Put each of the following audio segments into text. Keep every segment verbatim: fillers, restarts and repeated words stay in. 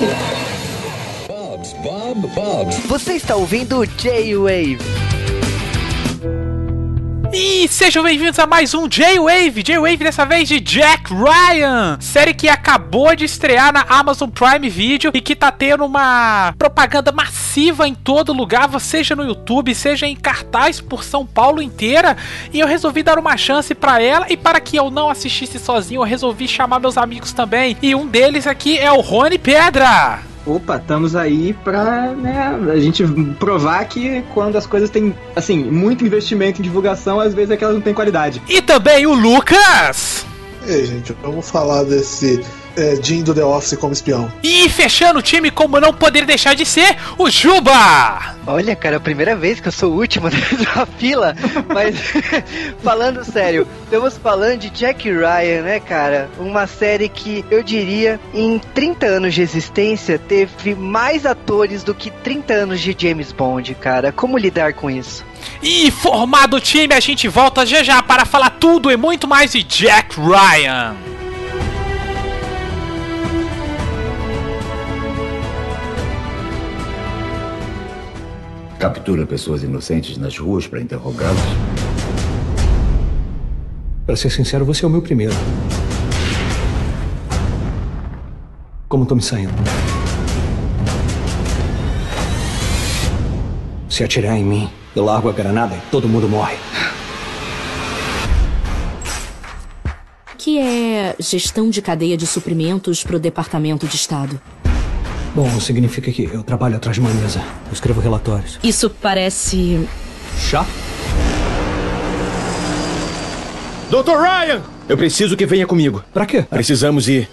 Bob's, Bob, Bob's. Você está ouvindo J-Wave. E sejam bem-vindos a mais um J-Wave, J-Wave dessa vez de Jack Ryan, série que acabou de estrear na Amazon Prime Video e que tá tendo uma propaganda massiva em todo lugar, seja no YouTube, seja em cartaz por São Paulo inteira, e eu resolvi dar uma chance pra ela, e para que eu não assistisse sozinho, eu resolvi chamar meus amigos também, e um deles aqui é o Rony Pedra. Opa, estamos aí pra, né, a gente provar que quando as coisas têm, assim, muito investimento em divulgação, às vezes é que elas não têm qualidade. E também o Lucas! Ei, gente, vamos falar desse é, Jim do The Office como espião. E fechando o time, como não poderia deixar de ser, o Juba! Olha, cara, é a primeira vez que eu sou o último da fila, mas falando sério, estamos falando de Jack Ryan, né, cara? Uma série que, eu diria, em trinta anos de existência, teve mais atores do que trinta anos de James Bond, cara. Como lidar com isso? E formado o time, a gente volta já já para falar tudo e muito mais de Jack Ryan. Captura pessoas inocentes nas ruas para interrogá-las. Pra ser sincero, você é o meu primeiro. Como tô me saindo? Se atirar em mim, eu largo a granada e todo mundo morre. O que é gestão de cadeia de suprimentos pro Departamento de Estado? Bom, significa que eu trabalho atrás de uma mesa. Eu escrevo relatórios. Isso parece... Chá? doutor Ryan! Eu preciso que venha comigo. Pra quê? Precisamos ir.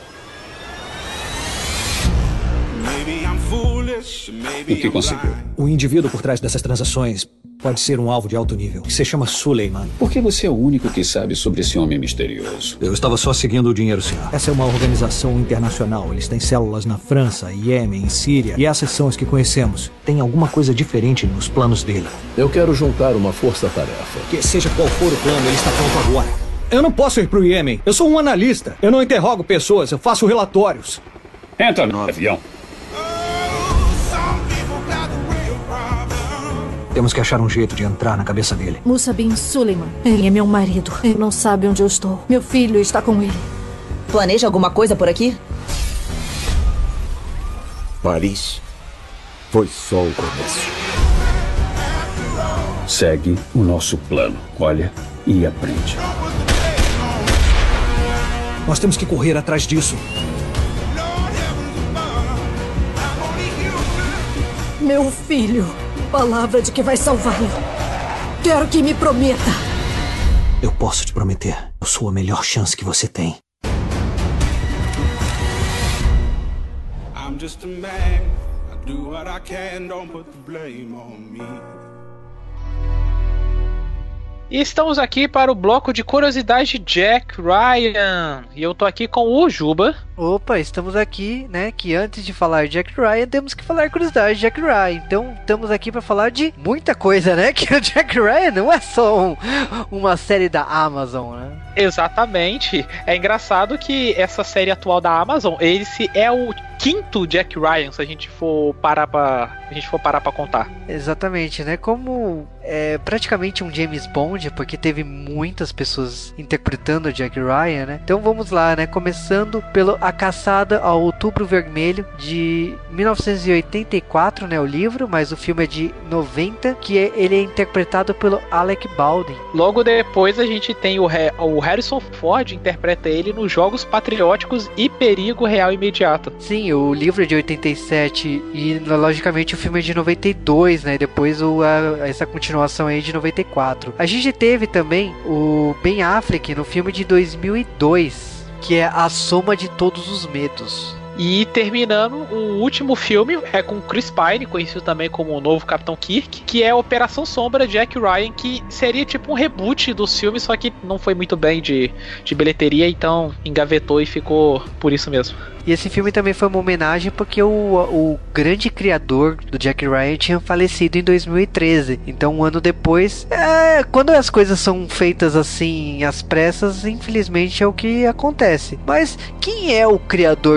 O que conseguiu? O indivíduo por trás dessas transações pode ser um alvo de alto nível, que se chama Suleiman. Por que você é o único que sabe sobre esse homem misterioso? Eu estava só seguindo o dinheiro, senhor. Essa é uma organização internacional. Eles têm células na França, Iêmen, Síria. E essas são as que conhecemos. Tem alguma coisa diferente nos planos dele. Eu quero juntar uma força-tarefa. Que seja qual for o plano, ele está pronto agora. Eu não posso ir pro Iêmen. Eu sou um analista. Eu não interrogo pessoas, eu faço relatórios. Entra no avião. Temos que achar um jeito de entrar na cabeça dele. Musa bin Suleiman. Ele é meu marido. Ele não sabe onde eu estou. Meu filho está com ele. Planeja alguma coisa por aqui? Paris foi só o começo. Segue o nosso plano. Olha e aprende. Nós temos que correr atrás disso. Meu filho. Palavra de que vai salvá-lo. Quero que me prometa. Eu posso te prometer. Eu sou a melhor chance que você tem. I'm just a man. I do what I can. Don't put the blame on me. E estamos aqui para o bloco de curiosidades de Jack Ryan. E eu tô aqui com o Juba. Opa, estamos aqui, né, que antes de falar de Jack Ryan, temos que falar curiosidade de Jack Ryan. Então, estamos aqui para falar de muita coisa, né, que o Jack Ryan não é só um, uma série da Amazon, né? Exatamente. É engraçado que essa série atual da Amazon, esse é o quinto Jack Ryan, se a gente for parar pra, a gente for parar pra contar. Exatamente, né, como é praticamente um James Bond, porque teve muitas pessoas interpretando o Jack Ryan, né? Então vamos lá, né, começando pelo A Caçada ao Outubro Vermelho, de mil novecentos e oitenta e quatro, né, o livro, mas o filme é de noventa, que é, ele é interpretado pelo Alec Baldwin. Logo depois a gente tem o, o Harrison Ford, interpreta ele nos Jogos Patrióticos e Perigo Real Imediato. Sim, o livro é de oitenta e sete e logicamente o filme é de noventa e dois, né, depois o, a, essa continuação aí de noventa e quatro. A gente teve também o Ben Affleck no filme de dois mil e dois, que é A Soma de Todos os Medos. E terminando, o último filme é com Chris Pine, conhecido também como o novo Capitão Kirk, que é Operação Sombra Jack Ryan, que seria tipo um reboot dos filmes, só que não foi muito bem de, de bilheteria, então engavetou e ficou por isso mesmo. E esse filme também foi uma homenagem porque o, o grande criador do Jack Ryan tinha falecido em dois mil e treze. Então um ano depois, é, quando as coisas são feitas assim às pressas, infelizmente é o que acontece. Mas quem é o criador do Jack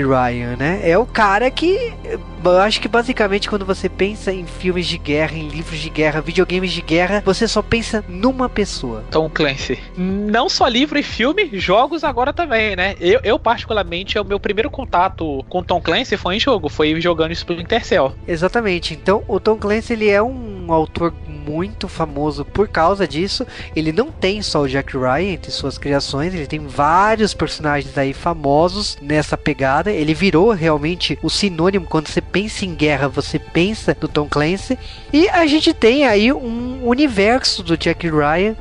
Ryan, né? É o cara que, eu acho que basicamente quando você pensa em filmes de guerra, em livros de guerra, videogames de guerra, você só pensa numa pessoa. Tom Clancy. Não só livro e filme, jogos agora também, né? Eu, eu particularmente, o meu primeiro contato com Tom Clancy foi em jogo, foi jogando Splinter Cell. Exatamente. Então, o Tom Clancy, ele é um autor muito famoso por causa disso. Ele não tem só o Jack Ryan entre suas criações, ele tem vários personagens aí famosos nessa pegada. Ele virou realmente o sinônimo, quando você pensa em guerra, você pensa no Tom Clancy. E a gente tem aí um universo do Jack Ryan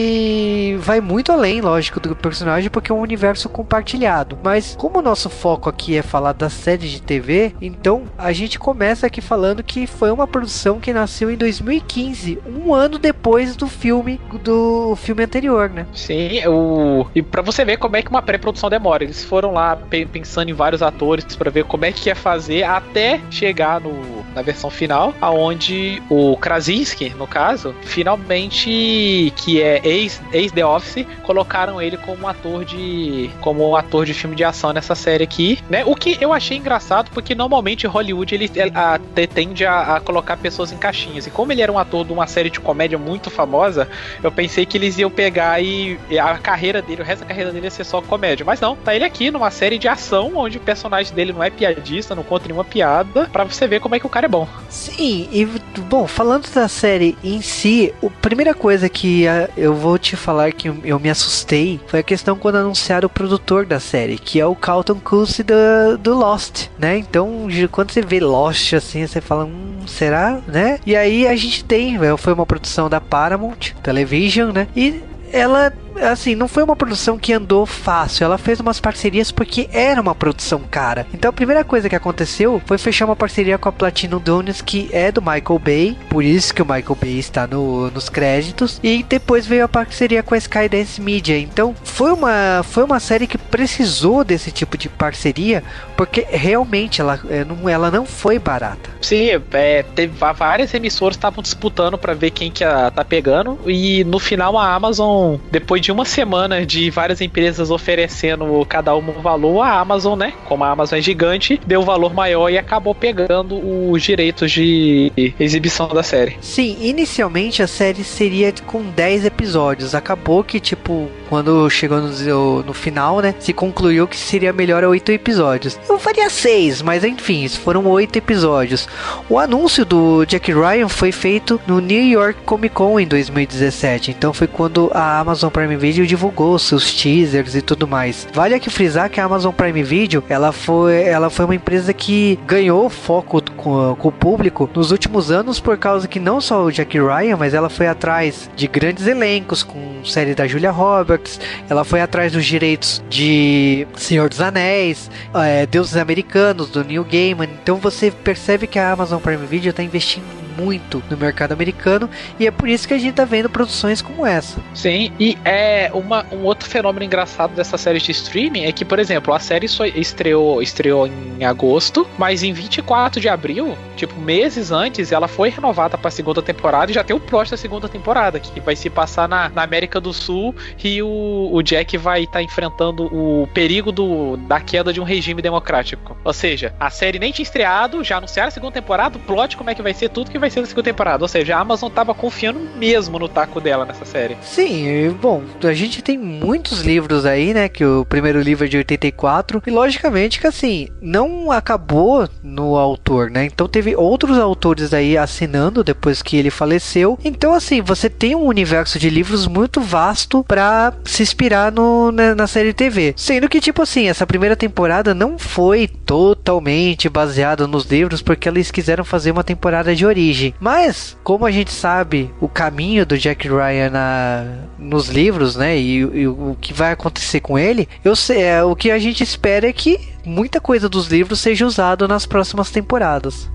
que vai muito além, lógico, do personagem, porque é um universo compartilhado. Mas como o nosso foco aqui é falar da série de T V, então a gente começa aqui falando que foi uma produção que nasceu em dois mil e quinze, um ano depois do filme do filme anterior, né? Sim, o... e pra você ver como é que uma pré-produção demora. Eles foram lá pe- pensando em vários atores pra ver como é que ia fazer até chegar no, na versão final, aonde o Krasinski, no caso, finalmente, que é ex, ex The Office, colocaram ele como ator de como ator de filme de ação nessa série aqui, né? O que eu achei engraçado, porque normalmente Hollywood ele, ele a, tende a, a colocar pessoas em caixinhas, e como ele era um ator de uma série de comédia muito famosa, eu pensei que eles iam pegar e, e a carreira dele, o resto da carreira dele ia ser só comédia, mas não, tá ele aqui numa série de ação, onde o personagem dele não é piadista, não conta nenhuma piada, pra você ver como é que o cara é bom. Sim, e bom, falando da série em si, a primeira coisa que a, eu vou te falar que eu, eu me assustei foi a questão quando anunciaram o produtor da série, que é o Carlton Cuse do, do Lost, né? Então, quando você vê Lost assim, você fala, hum, será, né? E aí a gente tem, foi uma produção da Paramount Television, né? E ela, assim, não foi uma produção que andou fácil. Ela fez umas parcerias porque era uma produção cara. Então a primeira coisa que aconteceu foi fechar uma parceria com a Platinum Dunes, que é do Michael Bay, por isso que o Michael Bay está no, nos créditos. E depois veio a parceria com a Skydance Media. Então foi uma, foi uma série que precisou desse tipo de parceria, porque realmente ela, ela não foi barata. Sim, é, teve várias emissoras que estavam disputando para ver quem que a, tá pegando, e no final a Amazon, depois de uma semana de várias empresas oferecendo cada uma um valor, a Amazon, né, como a Amazon é gigante, deu um valor maior e acabou pegando os direitos de exibição da série. Sim, inicialmente a série seria com dez episódios, acabou que, tipo, quando chegou no, no final, né, se concluiu que seria melhor oito episódios. Eu faria seis, mas enfim, foram oito episódios. O anúncio do Jack Ryan foi feito no New York Comic Con em dois mil e dezessete, então foi quando a Amazon Prime Video divulgou seus teasers e tudo mais. Vale aqui frisar que a Amazon Prime Video, ela foi, ela foi uma empresa que ganhou foco com, com o público nos últimos anos, por causa que não só o Jack Ryan, mas ela foi atrás de grandes elencos, com série da Julia Roberts, ela foi atrás dos direitos de Senhor dos Anéis, é, Deuses Americanos, do Neil Gaiman. Então você percebe que a Amazon Prime Video está investindo muito no mercado americano, e é por isso que a gente tá vendo produções como essa. Sim, e é uma, um outro fenômeno engraçado dessa série de streaming é que, por exemplo, a série só estreou, estreou em agosto, mas em vinte e quatro de abril, tipo, meses antes, ela foi renovada pra segunda temporada, e já tem o plot da segunda temporada, que vai se passar na, na América do Sul, e o, o Jack vai estar tá enfrentando o perigo do, da queda de um regime democrático. Ou seja, a série nem tinha estreado, já anunciaram a segunda temporada, o plot, como é que vai ser, tudo que vai ser da segunda temporada. Ou seja, a Amazon tava confiando mesmo no taco dela nessa série. Sim, bom, a gente tem muitos livros aí, né, que o primeiro livro é de oitenta e quatro, e logicamente que assim, não acabou no autor, né, então teve outros autores aí assinando depois que ele faleceu. Então assim, você tem um universo de livros muito vasto pra se inspirar no, na, na série T V, sendo que tipo assim, essa primeira temporada não foi totalmente baseada nos livros, porque eles quiseram fazer uma temporada de origem. Mas, como a gente sabe o caminho do Jack Ryan na, nos livros, né, e, e o que vai acontecer com ele, eu sei, é, o que a gente espera é que muita coisa dos livros seja usado nas próximas temporadas.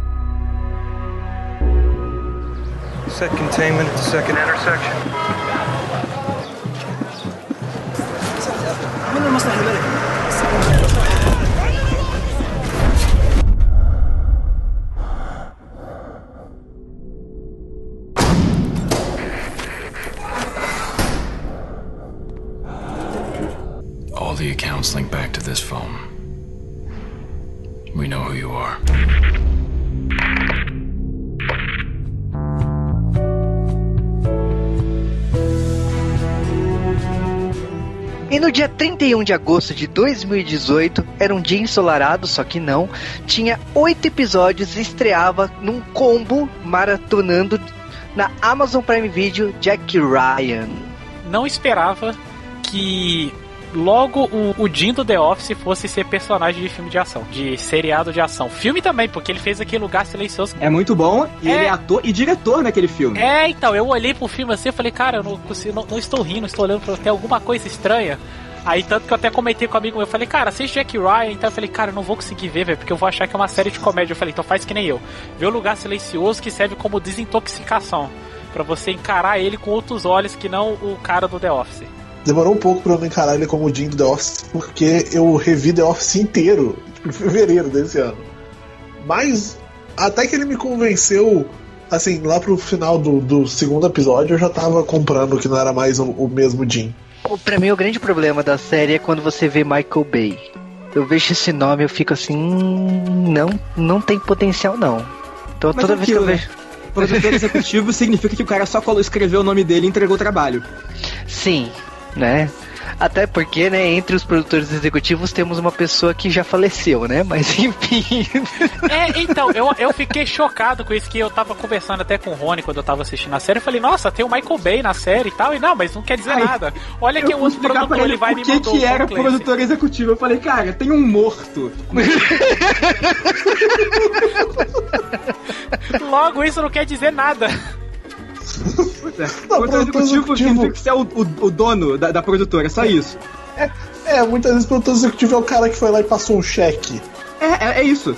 Set containment at the second intersection. All the accounts link back to this phone. We know who you are. E no dia trinta e um de agosto de dois mil e dezoito, era um dia ensolarado, só que não, tinha oito episódios e estreava num combo maratonando na Amazon Prime Video Jack Ryan. Não esperava que logo o, o Jim do The Office fosse ser personagem de filme de ação, de seriado de ação. Filme também, porque ele fez aquele Lugar Silencioso. É muito bom, e é... ele é ator e diretor naquele filme. É, então, eu olhei pro filme assim e falei, cara, eu não, não, não estou rindo, estou olhando pra ter alguma coisa estranha. Aí, tanto que eu até comentei com um amigo meu, eu falei, cara, assiste Jack Ryan. Então eu falei, cara, eu não vou conseguir ver, velho, porque eu vou achar que é uma série de comédia. Eu falei, então faz que nem eu. Vê o Lugar Silencioso, que serve como desintoxicação, pra você encarar ele com outros olhos que não o cara do The Office. Demorou um pouco pra eu não encarar ele como o Jim do The Office, porque eu revi The Office inteiro, tipo, em fevereiro desse ano. Mas, até que ele me convenceu, assim, lá pro final do, do segundo episódio, eu já tava comprando que não era mais o, o mesmo Jim. Pra mim, o grande problema da série é quando você vê Michael Bay. Eu vejo esse nome, eu fico assim, hum, não, não tem potencial não. Então Mas toda é vez aquilo, que eu vejo... Né? Produtor executivo significa que o cara só escreveu o nome dele e entregou o trabalho. Sim, né? Até porque, né, entre os produtores executivos temos uma pessoa que já faleceu, né? Mas enfim. É, então, eu, eu fiquei chocado com isso, que eu tava conversando até com o Rony quando eu tava assistindo a série. Eu falei, nossa, tem o Michael Bay na série e tal. E não, mas não quer dizer Ai, nada. Olha que o outro produtor, ele vai me mandar. O que que era produtor executivo? Eu falei, cara, tem um morto. Logo, isso não quer dizer nada. Pois é. Não, o produtor executivo significa que você é o, o, o dono da, da produtora, é só isso. É, é, muitas vezes o produtor executivo é o cara que foi lá e passou um cheque. É, é, é isso.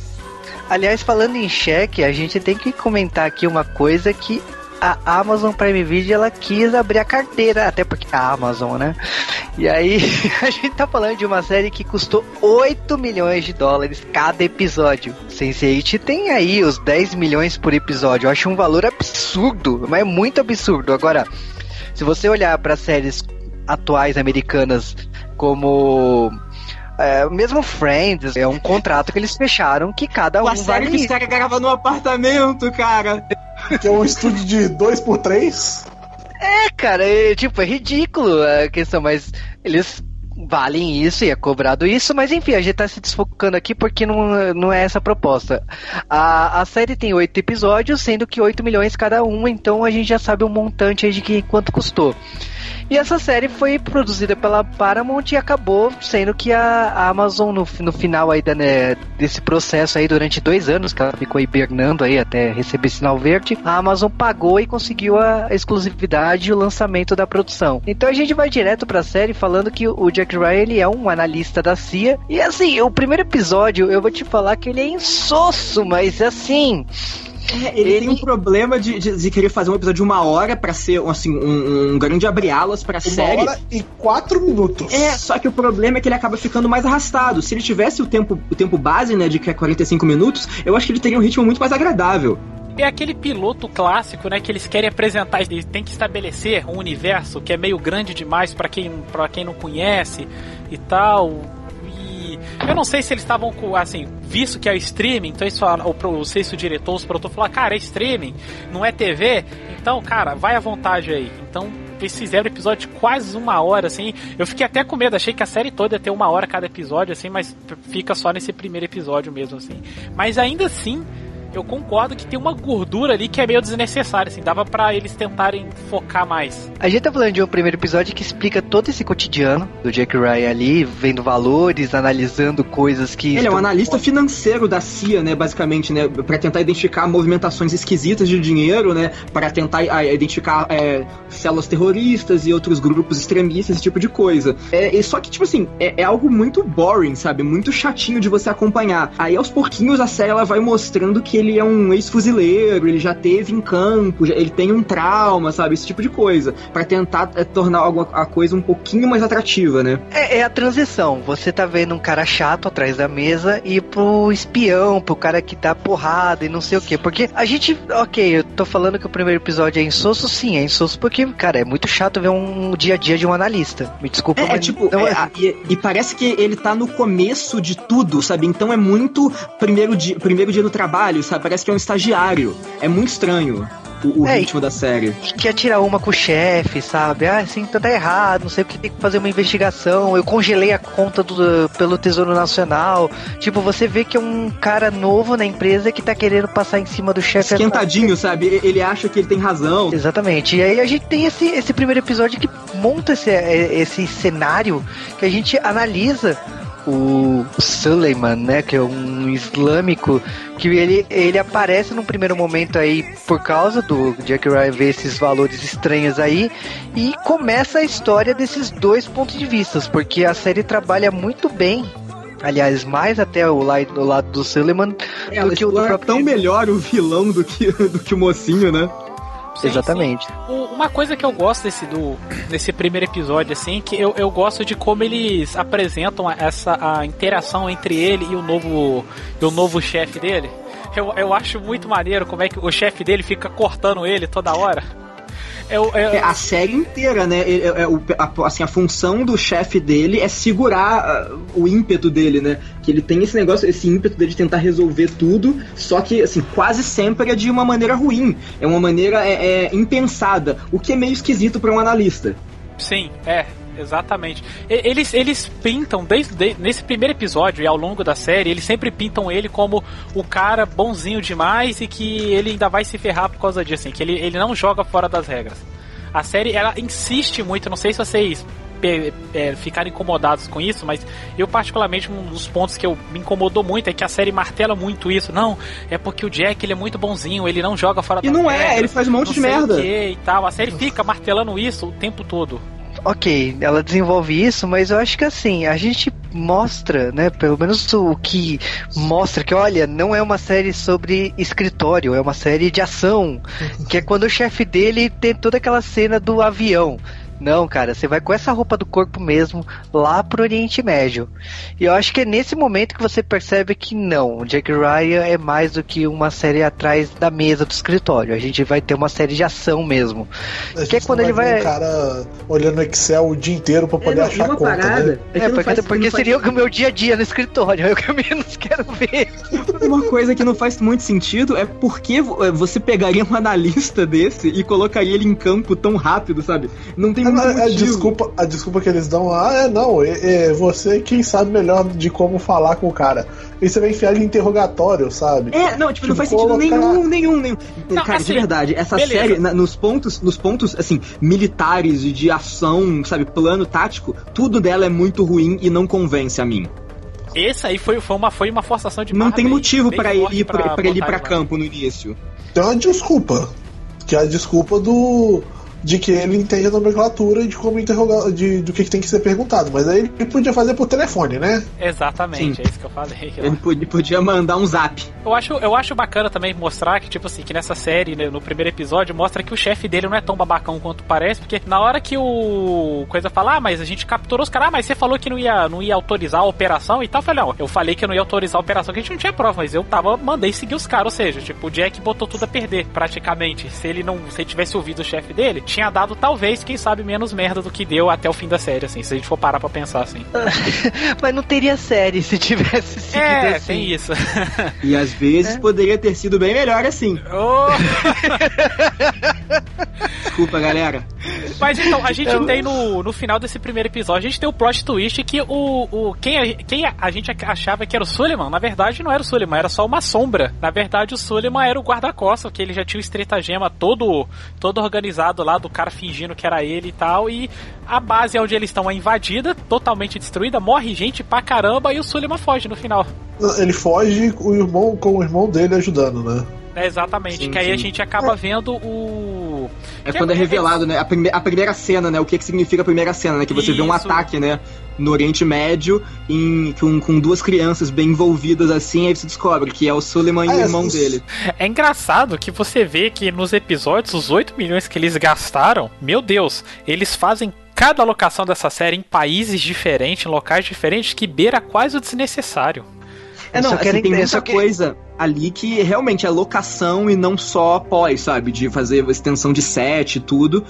Aliás, falando em cheque, a gente tem que comentar aqui uma coisa que a Amazon Prime Video, ela quis abrir a carteira, até porque a Amazon, né? E aí, a gente tá falando de uma série que custou oito milhões de dólares cada episódio. sense eight tem aí os dez milhões por episódio. Eu acho um valor absurdo, mas é muito absurdo. Agora, se você olhar para séries atuais americanas como... É, mesmo Friends, é um contrato que eles fecharam que cada um a série vale... que os caras gravam no apartamento, cara. Que é um estúdio de dois por três? É, cara, é, tipo, é ridículo a questão, mas eles valem isso e é cobrado isso, mas enfim, a gente tá se desfocando aqui porque não, não é essa a proposta. A, a série tem oito episódios, sendo que oito milhões cada um, então a gente já sabe um montante aí de que, quanto custou. E essa série foi produzida pela Paramount e acabou sendo que a Amazon, no, no final aí da, né, desse processo aí, durante dois anos, que ela ficou hibernando aí até receber sinal verde, a Amazon pagou e conseguiu a exclusividade e o lançamento da produção. Então a gente vai direto pra série falando que o Jack Ryan, ele é um analista da C I A. E assim, o primeiro episódio, eu vou te falar que ele é insosso, mas assim... É, ele, ele tem um problema de, de, de querer fazer um episódio de uma hora pra ser assim, um, um grande abre-alas pra uma série. Uma hora e quatro minutos. É, só que o problema é que ele acaba ficando mais arrastado. Se ele tivesse o tempo, o tempo base, né, de que é quarenta e cinco minutos, eu acho que ele teria um ritmo muito mais agradável. É aquele piloto clássico, né, que eles querem apresentar, eles têm que estabelecer um universo que é meio grande demais pra quem, pra quem não conhece e tal. Eu não sei se eles estavam com, assim, visto que é o streaming, então eles falaram, ou não sei se o diretor, os produtores falaram, cara, é streaming, não é T V, então, cara, vai à vontade aí. Então, eles fizeram episódio de quase uma hora, assim, eu fiquei até com medo, achei que a série toda ia ter uma hora cada episódio, assim, mas fica só nesse primeiro episódio mesmo, assim. Mas ainda assim, eu concordo que tem uma gordura ali que é meio desnecessária, assim, dava pra eles tentarem focar mais. A gente tá falando de um primeiro episódio que explica todo esse cotidiano do Jack Ryan ali, vendo valores, analisando coisas que... Ele é um analista financeiro da C I A, né, basicamente, né, pra tentar identificar movimentações esquisitas de dinheiro, né, pra tentar a, identificar é, células terroristas e outros grupos extremistas, esse tipo de coisa. É, e só que, tipo assim, é, é algo muito boring, sabe, muito chatinho de você acompanhar. Aí, aos pouquinhos, a série ela vai mostrando que ele é um ex-fuzileiro, ele já teve em campo, já, ele tem um trauma, sabe? Esse tipo de coisa. Pra tentar é, tornar alguma, a coisa um pouquinho mais atrativa, né? É, é a transição. Você tá vendo um cara chato atrás da mesa e pro espião, pro cara que dá porrada e não sei o quê. Porque a gente, ok, eu tô falando que o primeiro episódio é insosso, sim, é insosso porque, cara, é muito chato ver um dia a dia de um analista. Me desculpa, é, mas... É tipo, não é, é... E, e parece que ele tá no começo de tudo, sabe? Então é muito primeiro dia, primeiro dia no trabalho, sabe? Parece que é um estagiário. É muito estranho o, o é, ritmo da série. E quer tirar uma com o chefe, sabe? Ah, assim, tá errado, não sei o que, tem que fazer uma investigação. Eu congelei a conta do, pelo Tesouro Nacional. Tipo, você vê que é um cara novo na empresa que tá querendo passar em cima do chefe. Esquentadinho, sabe? Ele acha que ele tem razão. Exatamente. E aí a gente tem esse, esse primeiro episódio que monta esse, esse cenário que a gente analisa o Suleiman, né, que é um islâmico, que ele, ele aparece num primeiro momento aí por causa do Jack Ryan ver esses valores estranhos aí, e começa a história desses dois pontos de vista, porque a série trabalha muito bem, aliás, mais até o lado, do lado do Suleiman é, do que o do próprio... tão melhor o vilão do que, do que o mocinho, né? Sim, exatamente. Sim. Uma coisa que eu gosto desse, do, desse primeiro episódio, assim, que eu, eu gosto de como eles apresentam essa a interação entre ele e o novo, e o novo chefe dele. Eu, eu acho muito maneiro como é que o chefe dele fica cortando ele toda hora. Eu, eu... É, a série inteira, né? É, é, é, a, assim, a função do chefe dele é segurar uh, o ímpeto dele, né? Que ele tem esse negócio, esse ímpeto dele de tentar resolver tudo, só que, assim, quase sempre é de uma maneira ruim. É uma maneira é, é, impensada, o que é meio esquisito para um analista. Sim, é. Exatamente. Eles, eles pintam, desde, desde nesse primeiro episódio e ao longo da série, eles sempre pintam ele como o cara bonzinho demais e que ele ainda vai se ferrar por causa disso, assim, que ele, ele não joga fora das regras. A série, ela insiste muito, não sei se vocês é, é, ficaram incomodados com isso, mas eu particularmente, um dos pontos que eu, me incomodou muito é que a série martela muito isso. Não, é porque o Jack, ele é muito bonzinho, ele não joga fora e das regras. E não é, ele faz um monte de merda. E tal. A série fica martelando isso o tempo todo. Ok, ela desenvolve isso, mas eu acho que assim, a gente mostra, né, pelo menos o que mostra que, olha, não é uma série sobre escritório, é uma série de ação, que é quando o chefe dele tem toda aquela cena do avião. Não, cara, você vai com essa roupa do corpo mesmo lá pro Oriente Médio. E eu acho que é nesse momento que você percebe que não, o Jack Ryan é mais do que uma série atrás da mesa do escritório. A gente vai ter uma série de ação mesmo. A que é quando ele vai... um cara olhando no Excel o dia inteiro pra poder é, achar uma conta, parada. Né? É, é porque, faz, porque seria faz... o meu dia a dia no escritório, é o que eu menos quero ver. Uma coisa que não faz muito sentido é porque você pegaria um analista desse e colocaria ele em campo tão rápido, sabe? Não tem A, a, desculpa, a desculpa que eles dão, ah, é não, é, é você quem sabe melhor de como falar com o cara. E você vai enfiar ele em interrogatório, sabe? É, não, tipo, tipo não faz colocar... sentido nenhum, nenhum, nenhum. Não, cara, assim, de verdade, essa beleza. série, na, nos pontos, nos pontos, assim, militares e de ação, sabe, plano tático, tudo dela é muito ruim e não convence a mim. Esse aí foi, foi, uma, foi uma forçação de barra. Não tem bem, motivo bem pra, ele ir pra, pra ele ir pra mais. campo no início. Tem uma desculpa, que é a desculpa do... de que ele entende a nomenclatura de como interrogar, de, do que, que tem que ser perguntado. Mas aí ele podia fazer por telefone, né? Exatamente, Sim. é isso que eu falei. Ele podia, podia mandar um zap. Eu acho, eu acho bacana também mostrar que, tipo assim, que nessa série, né, no primeiro episódio, mostra que o chefe dele não é tão babacão quanto parece, porque na hora que o coisa fala, ah, mas a gente capturou os caras, ah, mas você falou que não ia, não ia autorizar a operação e tal. Eu falei, não, eu falei que eu não ia autorizar a operação, que a gente não tinha prova, mas eu tava, mandei seguir os caras, ou seja, tipo, o Jack botou tudo a perder, praticamente. Se ele não, se ele tivesse ouvido o chefe dele, tinha dado talvez, quem sabe, menos merda do que deu até o fim da série, assim, se a gente for parar pra pensar assim. Mas não teria série se tivesse seguido é, assim. tem isso. E às vezes é. poderia ter sido bem melhor assim. Oh. Desculpa, galera. Mas então, a gente Eu... tem no, no final desse primeiro episódio, a gente tem o plot twist que o, o quem, a, quem a gente achava que era o Suleiman, na verdade não era o Suleiman, era só uma sombra. Na verdade o Suleiman era o guarda-costas, que ele já tinha o estretagema todo, todo organizado lá, do cara fingindo que era ele e tal, e a base onde eles estão é invadida, totalmente destruída, morre gente pra caramba e o Suleiman foge no final. Ele foge o irmão, com o irmão dele ajudando, né? É, exatamente, sim, que aí sim. a gente acaba vendo o... É que quando é, é revelado, né? A, prime... a primeira cena, né? O que, que significa a primeira cena, né? Que você Isso. vê um ataque, né? No Oriente Médio, em... com, com duas crianças bem envolvidas assim, aí você descobre que é o Suleiman ah, e o irmão é, dele. É engraçado que você vê que nos episódios, os oito milhões que eles gastaram, meu Deus, eles fazem cada locação dessa série em países diferentes, em locais diferentes, que beira quase o desnecessário. É, não, assim, tem muita que... coisa ali que realmente é locação e não só pós, sabe? De fazer extensão de set e tudo.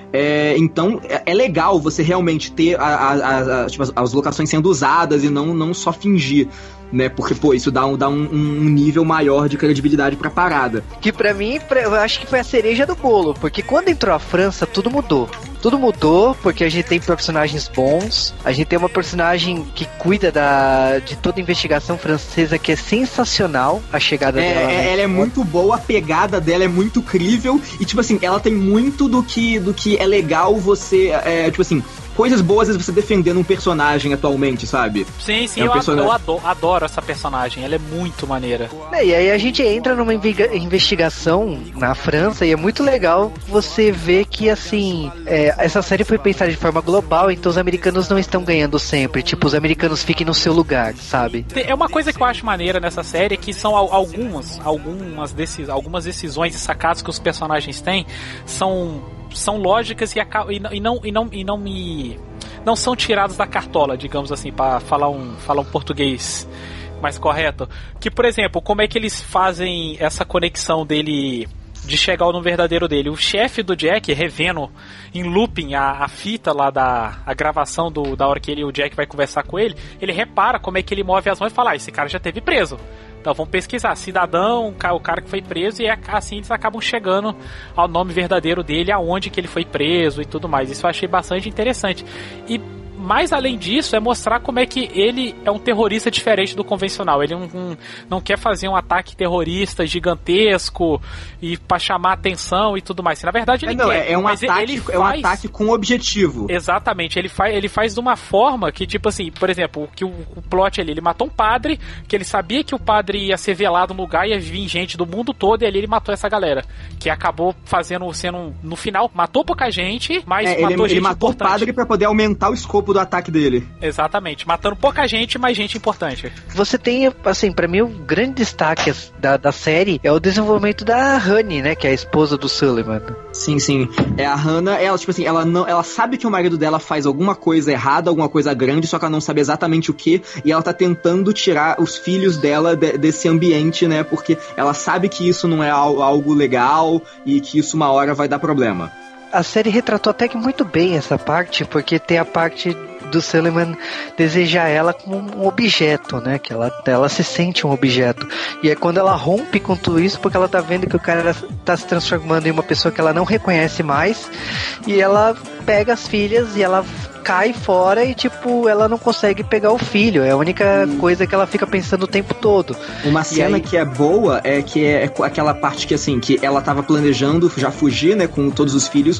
É, então, é, é legal você realmente ter a, a, a, tipo, as, as locações sendo usadas e não, não só fingir, né? Porque, pô, isso dá um, dá um, um nível maior de credibilidade pra parada. Que pra mim, pra, eu acho que foi a cereja do bolo, porque quando entrou a França, tudo mudou. Tudo mudou, porque a gente tem personagens bons, a gente tem uma personagem que cuida da, de toda a investigação francesa, que é sensacional, a chegada é, dela. É, ela é muito boa, a pegada dela é muito crível, e tipo assim, ela tem muito do que, do que é legal você, é, tipo assim... coisas boas você defendendo um personagem atualmente, sabe? Sim, sim, é um eu, personagem... eu adoro, adoro essa personagem, ela é muito maneira. É, e aí a gente entra numa investigação na França e é muito legal você ver que, assim, é, essa série foi pensada de forma global, então os americanos não estão ganhando sempre, tipo, os americanos fiquem no seu lugar, sabe? É uma coisa que eu acho maneira nessa série, que são algumas, algumas, decis, algumas decisões e sacadas que os personagens têm, são... são lógicas e, e, não, e, não, e, não, e não me não são tiradas da cartola, digamos assim, para falar um, falar um português mais correto. Que, por exemplo, como é que eles fazem essa conexão dele de chegar no verdadeiro dele? O chefe do Jack, revendo em looping a, a fita lá da a gravação do, da hora que ele, o Jack vai conversar com ele, ele repara como é que ele move as mãos e fala, ah, esse cara já teve preso. Então vamos pesquisar, cidadão, o cara que foi preso, e é assim eles acabam chegando ao nome verdadeiro dele, aonde que ele foi preso e tudo mais. Isso eu achei bastante interessante. E mais além disso, é mostrar como é que ele é um terrorista diferente do convencional. Ele não, não, não quer fazer um ataque terrorista gigantesco e pra chamar atenção e tudo mais. Na verdade, ele é, não, quer. É um, ataque, ele faz... é um ataque com objetivo. Exatamente. Ele faz, ele faz de uma forma que, tipo assim, por exemplo, que o, o plot ali, ele matou um padre, que ele sabia que o padre ia ser velado no lugar, ia vir gente do mundo todo, e ali ele matou essa galera. Que acabou fazendo, sendo, no final, matou pouca gente, mas é, matou ele, gente ele matou importante. o padre pra poder aumentar o escopo do ataque dele. Exatamente, matando pouca gente, mas gente importante. Você tem, assim, pra mim o grande destaque da, da série é o desenvolvimento da Honey, né, que é a esposa do Suleiman. Sim, sim. É a Hannah, ela, tipo assim, ela não, ela sabe que o marido dela faz alguma coisa errada, alguma coisa grande, só que ela não sabe exatamente o que, e ela tá tentando tirar os filhos dela de, desse ambiente, né, porque ela sabe que isso não é algo legal e que isso uma hora vai dar problema. A série retratou até que muito bem essa parte, porque tem a parte do Suleiman desejar ela como um objeto, né? Que ela, ela se sente um objeto. E é quando ela rompe com tudo isso, porque ela tá vendo que o cara tá se transformando em uma pessoa que ela não reconhece mais, e ela pega as filhas e ela cai fora e, tipo, ela não consegue pegar o filho. É a única hum. coisa que ela fica pensando o tempo todo. Uma cena aí... que é boa é que é aquela parte que, assim, que ela tava planejando já fugir, né, com todos os filhos,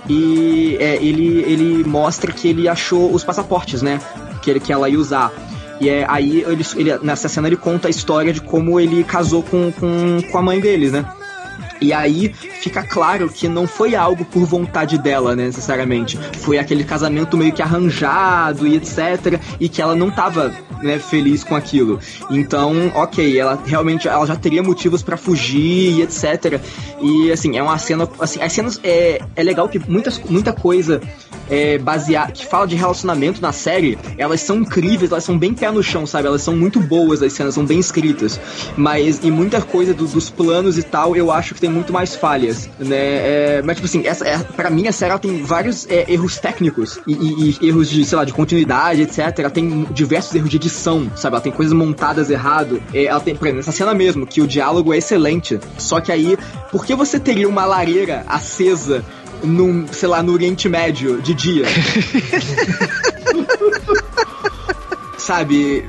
e é, ele, ele mostra que ele achou os passaportes, né, que, ele, que ela ia usar. E é, aí, ele, ele, nessa cena, ele conta a história de como ele casou com, com, com a mãe deles, né. E aí fica claro que não foi algo por vontade dela, né, necessariamente. Foi aquele casamento meio que arranjado e etcétera. E que ela não tava, né, feliz com aquilo. Então, ok, ela realmente ela já teria motivos pra fugir e etcétera. E assim, é uma cena. Assim, as cenas é, é legal que muitas, muita coisa é, baseada, que fala de relacionamento na série, elas são incríveis, elas são bem pé no chão, sabe? Elas são muito boas, as cenas são bem escritas. Mas e muita coisa do, dos planos e tal, eu acho que tem muito mais falhas, né? É, mas, tipo assim, essa, é, pra mim, a série ela tem vários é, erros técnicos e, e, e erros de, sei lá, de continuidade, etcétera. Ela tem diversos erros de edição, sabe? Ela tem coisas montadas errado. É, ela tem, por exemplo, nessa cena mesmo, que o diálogo é excelente. Só que aí, por que você teria uma lareira acesa num, sei lá, no Oriente Médio de dia? Sabe?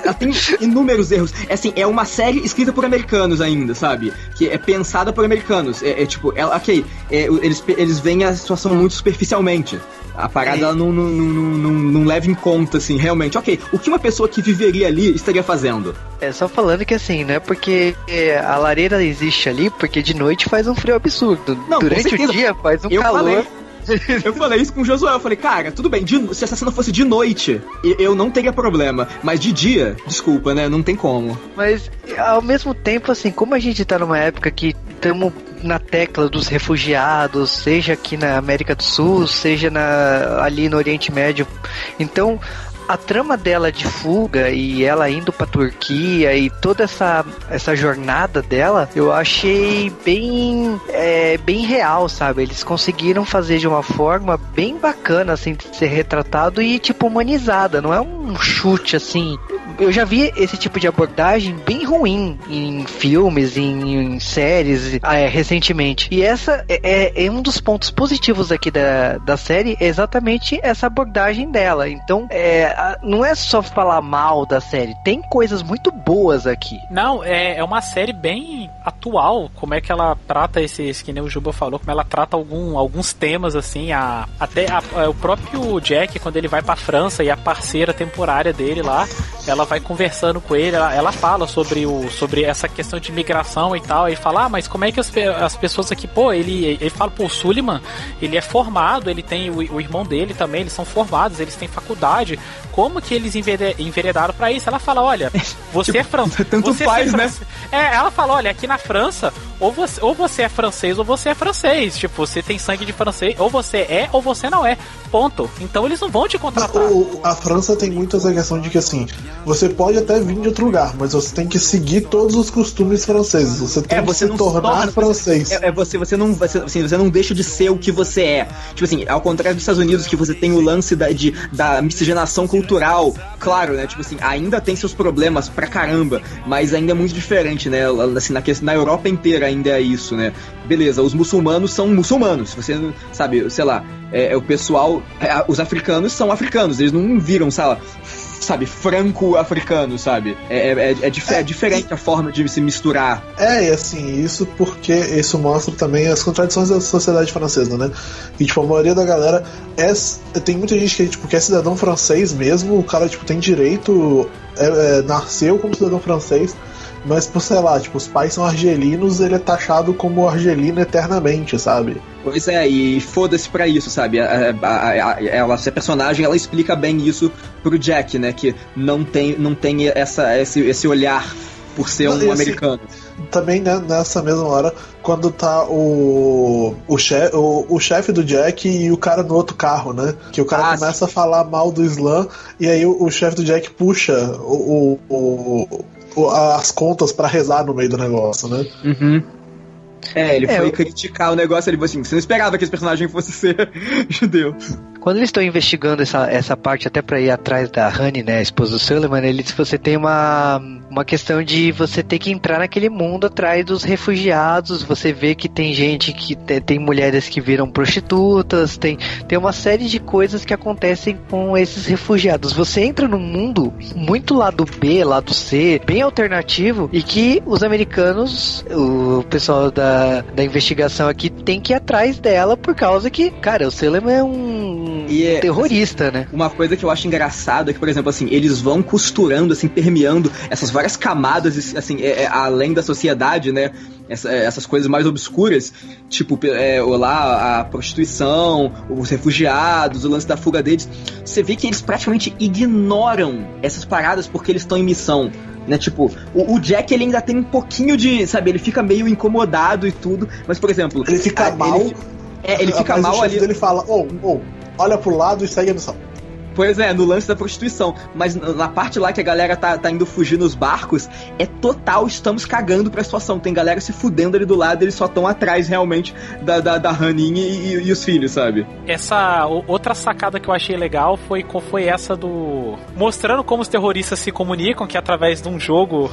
ela tem inúmeros erros. É assim, é uma série escrita por americanos ainda, sabe? Que é pensada por americanos. É, é tipo, ela, ok, é, eles, eles veem a situação muito superficialmente. A parada ela não, não, não, não, não leva em conta, assim, realmente. Ok, o que uma pessoa que viveria ali estaria fazendo? É só falando que assim, não é porque a lareira existe ali, porque de noite faz um frio absurdo. Não, durante o dia faz um eu calor. Falei. Eu falei isso com o Josué, eu falei, cara, tudo bem, de, se essa cena fosse de noite, eu não teria problema, mas de dia, desculpa, né, não tem como. Mas, ao mesmo tempo, assim, como a gente tá numa época que estamos na tecla dos refugiados, seja aqui na América do Sul, seja na, ali no Oriente Médio, então... A trama dela de fuga e ela indo pra Turquia e toda essa, essa jornada dela, eu achei bem, é, bem real, sabe? Eles conseguiram fazer de uma forma bem bacana, assim, de ser retratado e, tipo, humanizada. Não é um chute, assim... Eu já vi esse tipo de abordagem bem ruim em filmes, em, em séries, é, recentemente. E essa é, é um dos pontos positivos aqui da, da série, é exatamente essa abordagem dela. Então, é, não é só falar mal da série, tem coisas muito boas aqui. Não, é, é uma série bem atual, como é que ela trata esse, esse que nem o Juba falou, como ela trata algum, alguns temas, assim, a, até a, a, o próprio Jack, quando ele vai pra França e a parceira temporária dele lá, ela vai conversando com ele, ela, ela fala sobre, o, sobre essa questão de migração e tal, e fala, ah, mas como é que as, as pessoas aqui, pô, ele, ele fala, pô, o Suleiman, ele é formado, ele tem o, o irmão dele também, eles são formados, eles têm faculdade, como que eles enveredaram pra isso? Ela fala, olha, você é francês. Tanto você faz, é né? É, ela fala, olha, aqui na França, ou você, ou você é francês ou você é francês, tipo, você tem sangue de francês, ou você é ou você não é, ponto. Então eles não vão te contratar. O, a França tem muito essa questão de que, assim, você pode até vir de outro lugar, mas você tem que seguir todos os costumes franceses, você tem é, que você se não tornar torna, francês. É, é você, você, não, você, assim, você não deixa de ser o que você é. Tipo assim, ao contrário dos Estados Unidos, que você tem o lance da, de, da miscigenação cultural, claro, né, tipo assim, ainda tem seus problemas pra caramba, mas ainda é muito diferente, né, assim, na, na Europa inteira ainda é isso, né. Beleza, os muçulmanos são muçulmanos, você sabe, sei lá, é, é o pessoal, é, os africanos são africanos, eles não viram, sabe, sabe, franco-africano, sabe? É, é, é, dif- é diferente a forma de se misturar. É, e assim, isso porque isso mostra também as contradições da sociedade francesa, né? E, tipo, a maioria da galera é... Tem muita gente que, tipo, que é cidadão francês mesmo, o cara, tipo, tem direito... É, é, nasceu como cidadão francês, mas, por sei lá, tipo, os pais são argelinos, ele é taxado como argelino eternamente, sabe? Pois é, e foda-se pra isso, sabe? A, a, a, a, ela, essa personagem, ela explica bem isso pro Jack, né? Que não tem, não tem essa, esse, esse olhar por ser um e, assim, americano. Também, né, nessa mesma hora, quando tá o o chefe o, o chefe do Jack e o cara no outro carro, né? Que o cara ah, começa sim. a falar mal do Islã, e aí o, o chefe do Jack puxa o, o, o, as contas pra rezar no meio do negócio, né? Uhum. É, ele é, foi eu... criticar o negócio, ele falou assim, você não esperava que esse personagem fosse ser judeu. Quando eles estão investigando essa, essa parte até pra ir atrás da Honey, né, a esposa do Suleiman, eles, você tem uma, uma questão de você ter que entrar naquele mundo atrás dos refugiados, você vê que tem gente que tem, tem mulheres que viram prostitutas, tem, tem uma série de coisas que acontecem com esses refugiados. Você entra num mundo muito lado B, lado C, bem alternativo, e que os americanos, o pessoal da, da investigação aqui, tem que ir atrás dela por causa que, cara, o Suleiman é um E é, terrorista, assim, né? Uma coisa que eu acho engraçada é que, por exemplo, assim, eles vão costurando, assim, permeando essas várias camadas, assim, é, é, além da sociedade, né? Essa, essas coisas mais obscuras, tipo, é, lá, a prostituição, os refugiados, o lance da fuga deles. Você vê que eles praticamente ignoram essas paradas porque eles estão em missão. Né, tipo, o, o Jack, ele ainda tem um pouquinho de, sabe, ele fica meio incomodado e tudo, mas, por exemplo... Ele fica a, mal... Ele, é, ele fica mas mal o chefe ali... dele fala, ô, oh, oh, olha pro lado e segue a missão. Pois é, no lance da prostituição. Mas na parte lá que a galera tá, tá indo fugir nos barcos, é total, estamos cagando pra situação. Tem galera se fudendo ali do lado, eles só estão atrás realmente da, da, da Honey e, e, e os filhos, sabe? Essa outra sacada que eu achei legal foi, foi essa do... mostrando como os terroristas se comunicam, que é através de um jogo...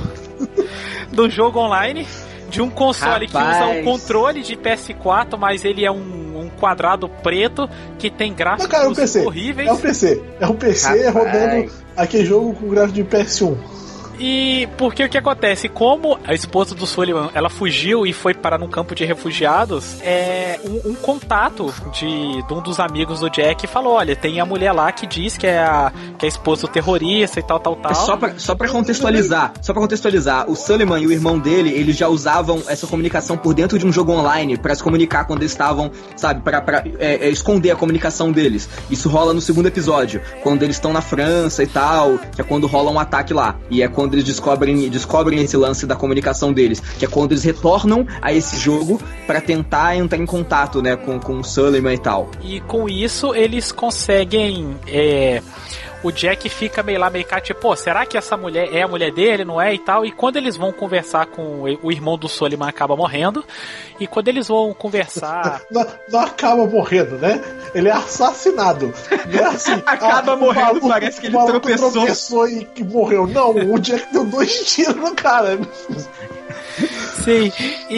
de um jogo online... de um console Rapaz. que usa um controle de P S quatro, mas ele é um, um quadrado preto que tem gráficos Não, cara, é um P C. horríveis. É um P C. É um P C Rapaz. rodando aquele jogo com gráfico de P S um. E porque o que acontece? Como a esposa do Sullivan, ela fugiu e foi parar num campo de refugiados, é um, um contato de, de um dos amigos do Jack falou, olha, tem a mulher lá que diz que é a, que é a esposa do terrorista e tal, tal, tal. É só pra, só pra contextualizar, só pra contextualizar, o Sullivan e o irmão dele, eles já usavam essa comunicação por dentro de um jogo online pra se comunicar quando eles estavam, sabe, pra, pra é, é, esconder a comunicação deles. Isso rola no segundo episódio, quando eles estão na França e tal, que é quando rola um ataque lá. E é quando eles descobrem, descobrem esse lance da comunicação deles, que é quando eles retornam a esse jogo pra tentar entrar em contato, né, com, com o Sullivan e tal. E com isso eles conseguem... É... O Jack fica meio lá, meio cá, tipo, pô, será que essa mulher é a mulher dele, não é, e tal? E quando eles vão conversar com o irmão do Sullivan, acaba morrendo. E quando eles vão conversar... Não, não acaba morrendo, né? Ele é assassinado. Não é assim, acaba ah, morrendo, maluco, parece que ele tropeçou. tropeçou e que morreu. Não, o Jack deu dois tiros no cara. Sim,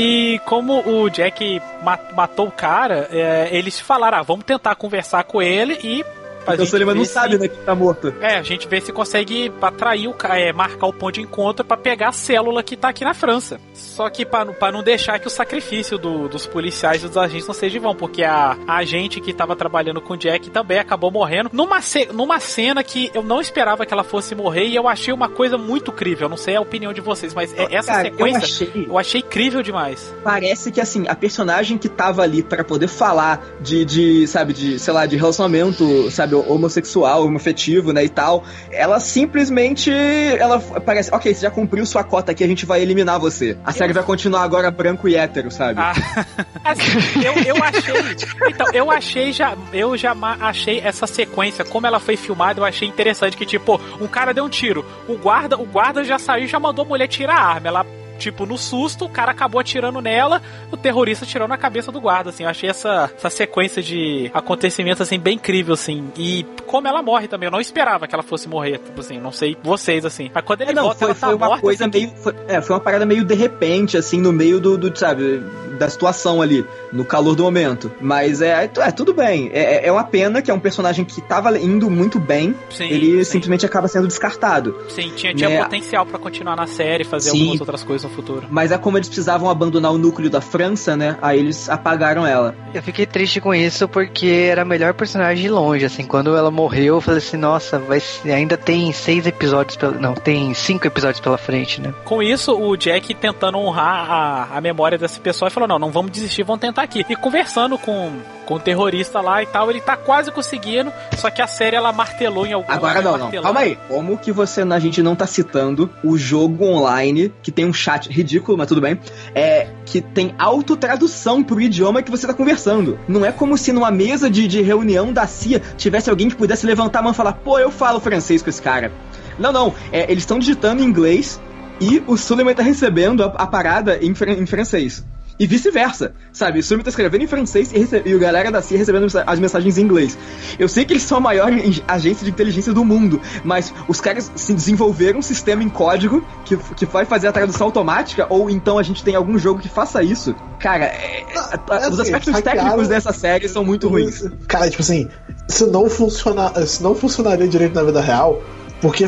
e como o Jack matou o cara, é, eles falaram, ah, vamos tentar conversar com ele e... Então o Sullivan não se... sabe, né, que tá morto. É, a gente vê se consegue atrair o é, marcar o ponto de encontro pra pegar a célula que tá aqui na França. Só que pra, pra não deixar que o sacrifício do, dos policiais e dos agentes não seja em vão, porque a, a agente que tava trabalhando com o Jack também acabou morrendo numa, ce, numa cena que eu não esperava que ela fosse morrer e eu achei uma coisa muito crível. Eu não sei a opinião de vocês, mas essa Cara, sequência eu achei... eu achei crível demais. Parece que, assim, a personagem que tava ali pra poder falar de, de sabe, de, sei lá, de relacionamento, sabe, homossexual, homoafetivo, né, e tal, ela simplesmente, ela parece, ok, você já cumpriu sua cota aqui, a gente vai eliminar você. A eu... série vai continuar agora branco e hétero, sabe? Ah, assim, eu, eu achei, então, eu achei já, eu já achei essa sequência, como ela foi filmada, eu achei interessante que, tipo, um cara deu um tiro, o guarda, o guarda já saiu e já mandou a mulher tirar a arma, ela tipo, no susto, o cara acabou atirando nela, o terrorista atirou na cabeça do guarda, assim, eu achei essa, essa sequência de acontecimentos, assim, bem incrível, assim, e como ela morre também, eu não esperava que ela fosse morrer, tipo assim, não sei vocês, assim, mas quando ele é, não, volta, foi, ela tá foi uma morta, coisa assim, meio, foi, é, foi uma parada meio de repente, assim, no meio do, do sabe, da situação ali, no calor do momento, mas é, é tudo bem, é, é uma pena que é um personagem que tava indo muito bem, sim, ele sim. simplesmente acaba sendo descartado. Sim, tinha, tinha né? potencial pra continuar na série, fazer sim. algumas outras coisas no futuro. Mas é como eles precisavam abandonar o núcleo da França, né? Aí eles apagaram ela. Eu fiquei triste com isso porque era a melhor personagem de longe, assim. Quando ela morreu, eu falei assim, nossa, vai, ainda tem seis episódios, pela, não, tem cinco episódios pela frente, né? Com isso, o Jack tentando honrar a, a memória dessa pessoa, falou, não, não vamos desistir, vamos tentar aqui. E conversando com, com o terrorista lá e tal, ele tá quase conseguindo, só que a série, ela martelou em algum... Agora não, não, calma aí. Como que você, a gente não tá citando o jogo online, que tem um chat ridículo, mas tudo bem, é que tem autotradução pro idioma que você tá conversando. Não é como se numa mesa de, de reunião da C I A tivesse alguém que pudesse levantar a mão e falar, pô, eu falo francês com esse cara. Não, não. É, eles estão digitando em inglês e o Sullivan tá recebendo a, a parada em, fran- em francês. E vice-versa, sabe? O Sullivan tá escrevendo em francês e, recebe, e o galera da C I A recebendo as mensagens em inglês. Eu sei que eles são a maior agência de inteligência do mundo, mas os caras se desenvolveram um sistema em código que, que vai fazer a tradução automática, ou então a gente tem algum jogo que faça isso. Cara, é, é, é, os aspectos assim, técnicos dessa série são muito ruins. Cara, tipo assim, isso não, funciona, isso não funcionaria direito na vida real, porque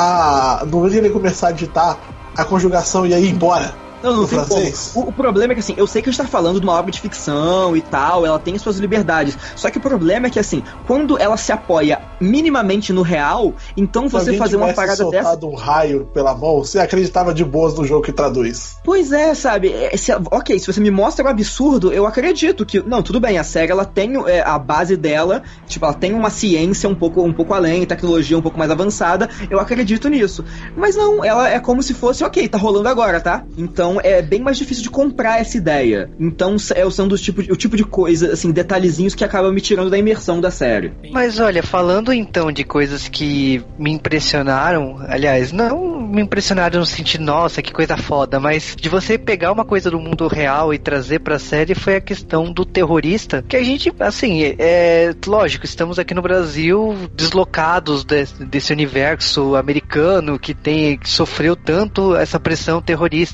a, no momento que ele começar a digitar, a conjugação ia ir embora. Não, não tem como. O, o problema é que, assim, eu sei que a gente tá falando de uma obra de ficção e tal, ela tem suas liberdades. Só que o problema é que, assim, quando ela se apoia minimamente no real, então você se fazer uma parada dessa... Se soltado um raio pela mão, você acreditava de boas no jogo que traduz. Pois é, sabe? É, se, ok, se você me mostra um absurdo, eu acredito que... Não, tudo bem, a série, ela tem é, a base dela, tipo, ela tem uma ciência um pouco, um pouco além, tecnologia um pouco mais avançada, eu acredito nisso. Mas não, ela é como se fosse, ok, tá rolando agora, tá? Então, é bem mais difícil de comprar essa ideia. Então é são dos tipo, o tipo de coisa, assim, detalhezinhos que acabam me tirando da imersão da série. Mas olha, falando então de coisas que me impressionaram, aliás, não me impressionaram no sentido, nossa, que coisa foda, mas de você pegar uma coisa do mundo real e trazer pra série foi a questão do terrorista, que a gente, assim, é lógico, estamos aqui no Brasil deslocados desse, desse universo americano que tem, que sofreu tanto essa pressão terrorista e tal, mas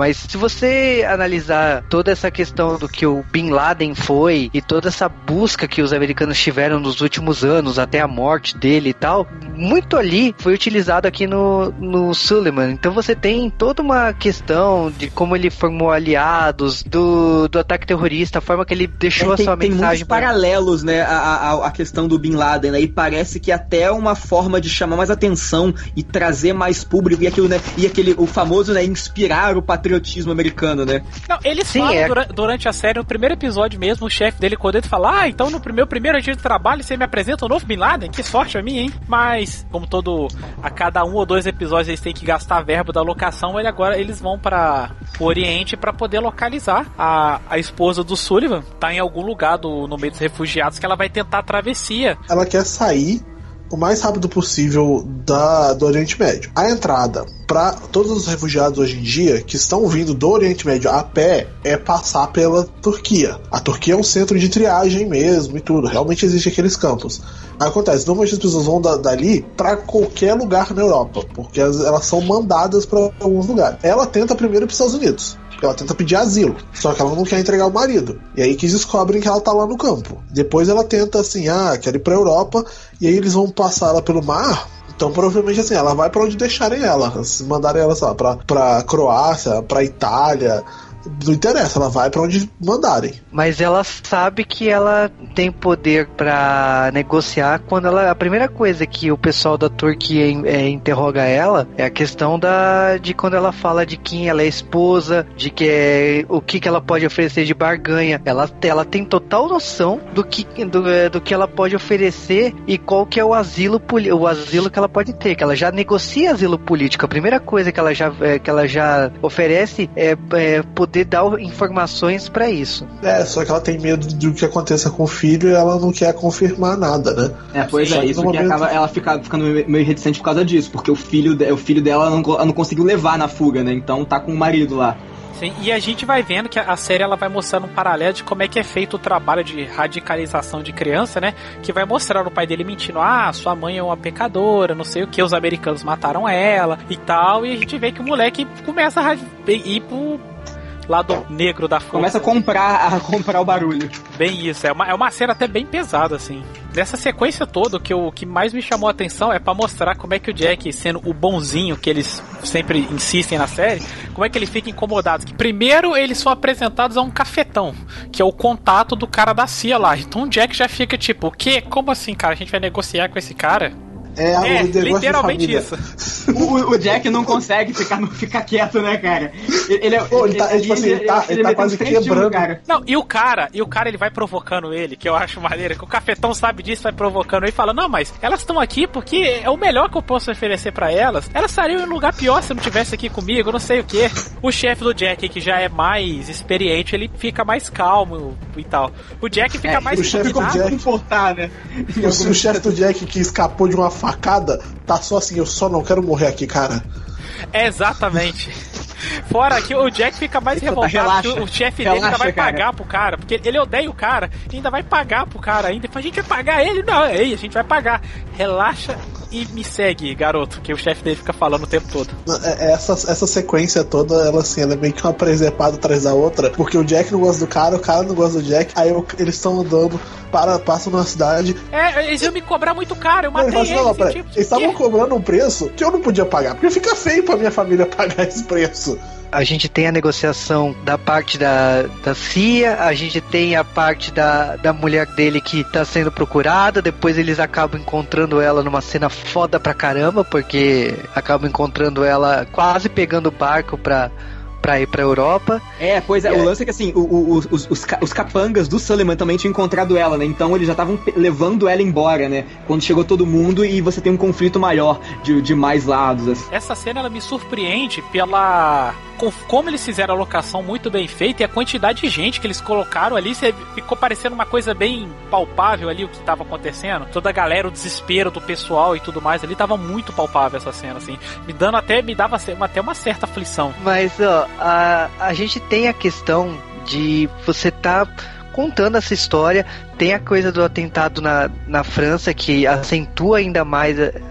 mas se você analisar toda essa questão do que o Bin Laden foi e toda essa busca que os americanos tiveram nos últimos anos, até a morte dele e tal, muito ali foi utilizado aqui no, no Suleiman. Então você tem toda uma questão de como ele formou aliados, do, do ataque terrorista, a forma que ele deixou é, a tem, sua tem mensagem. Tem muitos pra... paralelos, né, a, a, a questão do Bin Laden, né, e parece que até uma forma de chamar mais atenção e trazer mais público, e aquilo, né, e aquele, o famoso, né, inspirar o patriotismo americano, né. Não, eles Sim, falam é. durante, durante a série, no primeiro episódio mesmo, o chefe dele, quando ele fala, ah, então no meu primeiro dia de trabalho você me apresenta o novo Bin Laden? Que sorte a mim, hein? Mas, como todo, a cada um ou dois episódios eles têm que gastar verbo da locação, ele agora eles vão para o Oriente para poder localizar a, a esposa do Sullivan, tá em algum lugar do, no meio dos refugiados, que ela vai tentar a travessia. Ela quer sair o mais rápido possível da, do Oriente Médio. A entrada para todos os refugiados hoje em dia que estão vindo do Oriente Médio a pé é passar pela Turquia. A Turquia é um centro de triagem mesmo e tudo. Realmente existe aqueles campos. Acontece, normalmente as pessoas vão da, dali para qualquer lugar na Europa, porque elas, elas são mandadas para alguns lugares. Ela tenta primeiro para os Estados Unidos. Ela tenta pedir asilo, só que ela não quer entregar o marido. E aí que descobrem que ela tá lá no campo. Depois ela tenta assim, ah, quero ir pra Europa. E aí eles vão passar ela pelo mar. Então provavelmente assim, ela vai pra onde deixarem ela. Se mandarem ela, sei lá, pra, pra Croácia, pra Itália. Não interessa, ela vai pra onde mandarem. Mas ela sabe que ela tem poder pra negociar quando ela... A primeira coisa que o pessoal da Turquia é, interroga ela é a questão da, de quando ela fala de quem ela é esposa, de que é, o que, que ela pode oferecer de barganha. Ela, ela tem total noção do que, do, do que ela pode oferecer e qual que é o asilo, o asilo que ela pode ter, que ela já negocia asilo político. A primeira coisa que ela já, que ela já oferece é, é poder dar informações pra isso. É, só que ela tem medo do que aconteça com o filho e ela não quer confirmar nada, né? É, pois é, isso que momento... acaba ela fica ficando meio reticente por causa disso, porque o filho, o filho dela não, ela não conseguiu levar na fuga, né? Então tá com o marido lá. Sim, e a gente vai vendo que a série ela vai mostrando um paralelo de como é que é feito o trabalho de radicalização de criança, né? Que vai mostrar o pai dele mentindo, ah, sua mãe é uma pecadora, não sei o que, os americanos mataram ela e tal, e a gente vê que o moleque começa a ir pro lado negro da força. Começa a comprar, a comprar o barulho. Bem isso, é uma, é uma cena até bem pesada, assim. Nessa sequência toda, o que, o que mais me chamou a atenção é pra mostrar como é que o Jack, sendo o bonzinho que eles sempre insistem na série, como é que ele fica incomodado. Que primeiro eles são apresentados a um cafetão, que é o contato do cara da C I A lá. Então o Jack já fica tipo, o quê? Como assim, cara? A gente vai negociar com esse cara? É, é literalmente isso. O, o Jack não consegue ficar, não ficar quieto, né, cara? Ele, é, Pô, ele, ele, tá, ele, tipo assim, ele, tá, ele, ele tá quase quebrando. Cara. Não, e o cara, e o cara ele vai provocando ele, que eu acho maneiro, que o cafetão sabe disso, vai provocando ele e fala, não, mas elas estão aqui porque é o melhor que eu posso oferecer pra elas. Elas estariam em um lugar pior se não tivesse aqui comigo, não sei o que. O chefe do Jack, que já é mais experiente, ele fica mais calmo e tal. O Jack fica é, mais... O chefe do Jack... Importar, né? O, o chefe do Jack que escapou de uma facada, tá só assim, eu só não quero morrer aqui, cara. É, exatamente. Fora que o Jack fica mais Eita, revoltado, relaxa, que o chefe dele ainda vai cara. pagar pro cara, porque ele odeia o cara, e ainda vai pagar pro cara ainda. A gente vai pagar ele? Não, aí a gente vai pagar. Relaxa e me segue, garoto, que o chefe dele fica falando o tempo todo. Essa, essa sequência toda, ela assim, ela é meio que uma presepada atrás da outra, porque o Jack não gosta do cara, o cara não gosta do Jack, aí eu, eles estão andando, para, passam na cidade. É, eles iam me cobrar muito caro, eu matei eles. eles, Não, pera, tipo, eles estavam cobrando um preço que eu não podia pagar, porque fica feio pra minha família pagar esse preço. A gente tem a negociação da parte da, da C I A, a gente tem a parte da, da mulher dele que tá sendo procurada, depois eles acabam encontrando ela numa cena foda pra caramba, porque acabam encontrando ela quase pegando o barco pra... pra ir pra Europa. É, pois é, e o é... lance é que assim, o, o, os, os, os capangas do Suleiman também tinham encontrado ela, né? Então eles já estavam levando ela embora, né? Quando chegou todo mundo e você tem um conflito maior de, de mais lados. Assim. Essa cena, ela me surpreende pela... como eles fizeram a locação muito bem feita e a quantidade de gente que eles colocaram ali, ficou parecendo uma coisa bem palpável ali o que estava acontecendo. Toda a galera, o desespero do pessoal e tudo mais ali, tava muito palpável essa cena, assim. Me dando até, me dava até uma certa aflição. Mas, ó, a, a gente tem a questão de você tá contando essa história, tem a coisa do atentado na, na França, que acentua ainda mais a,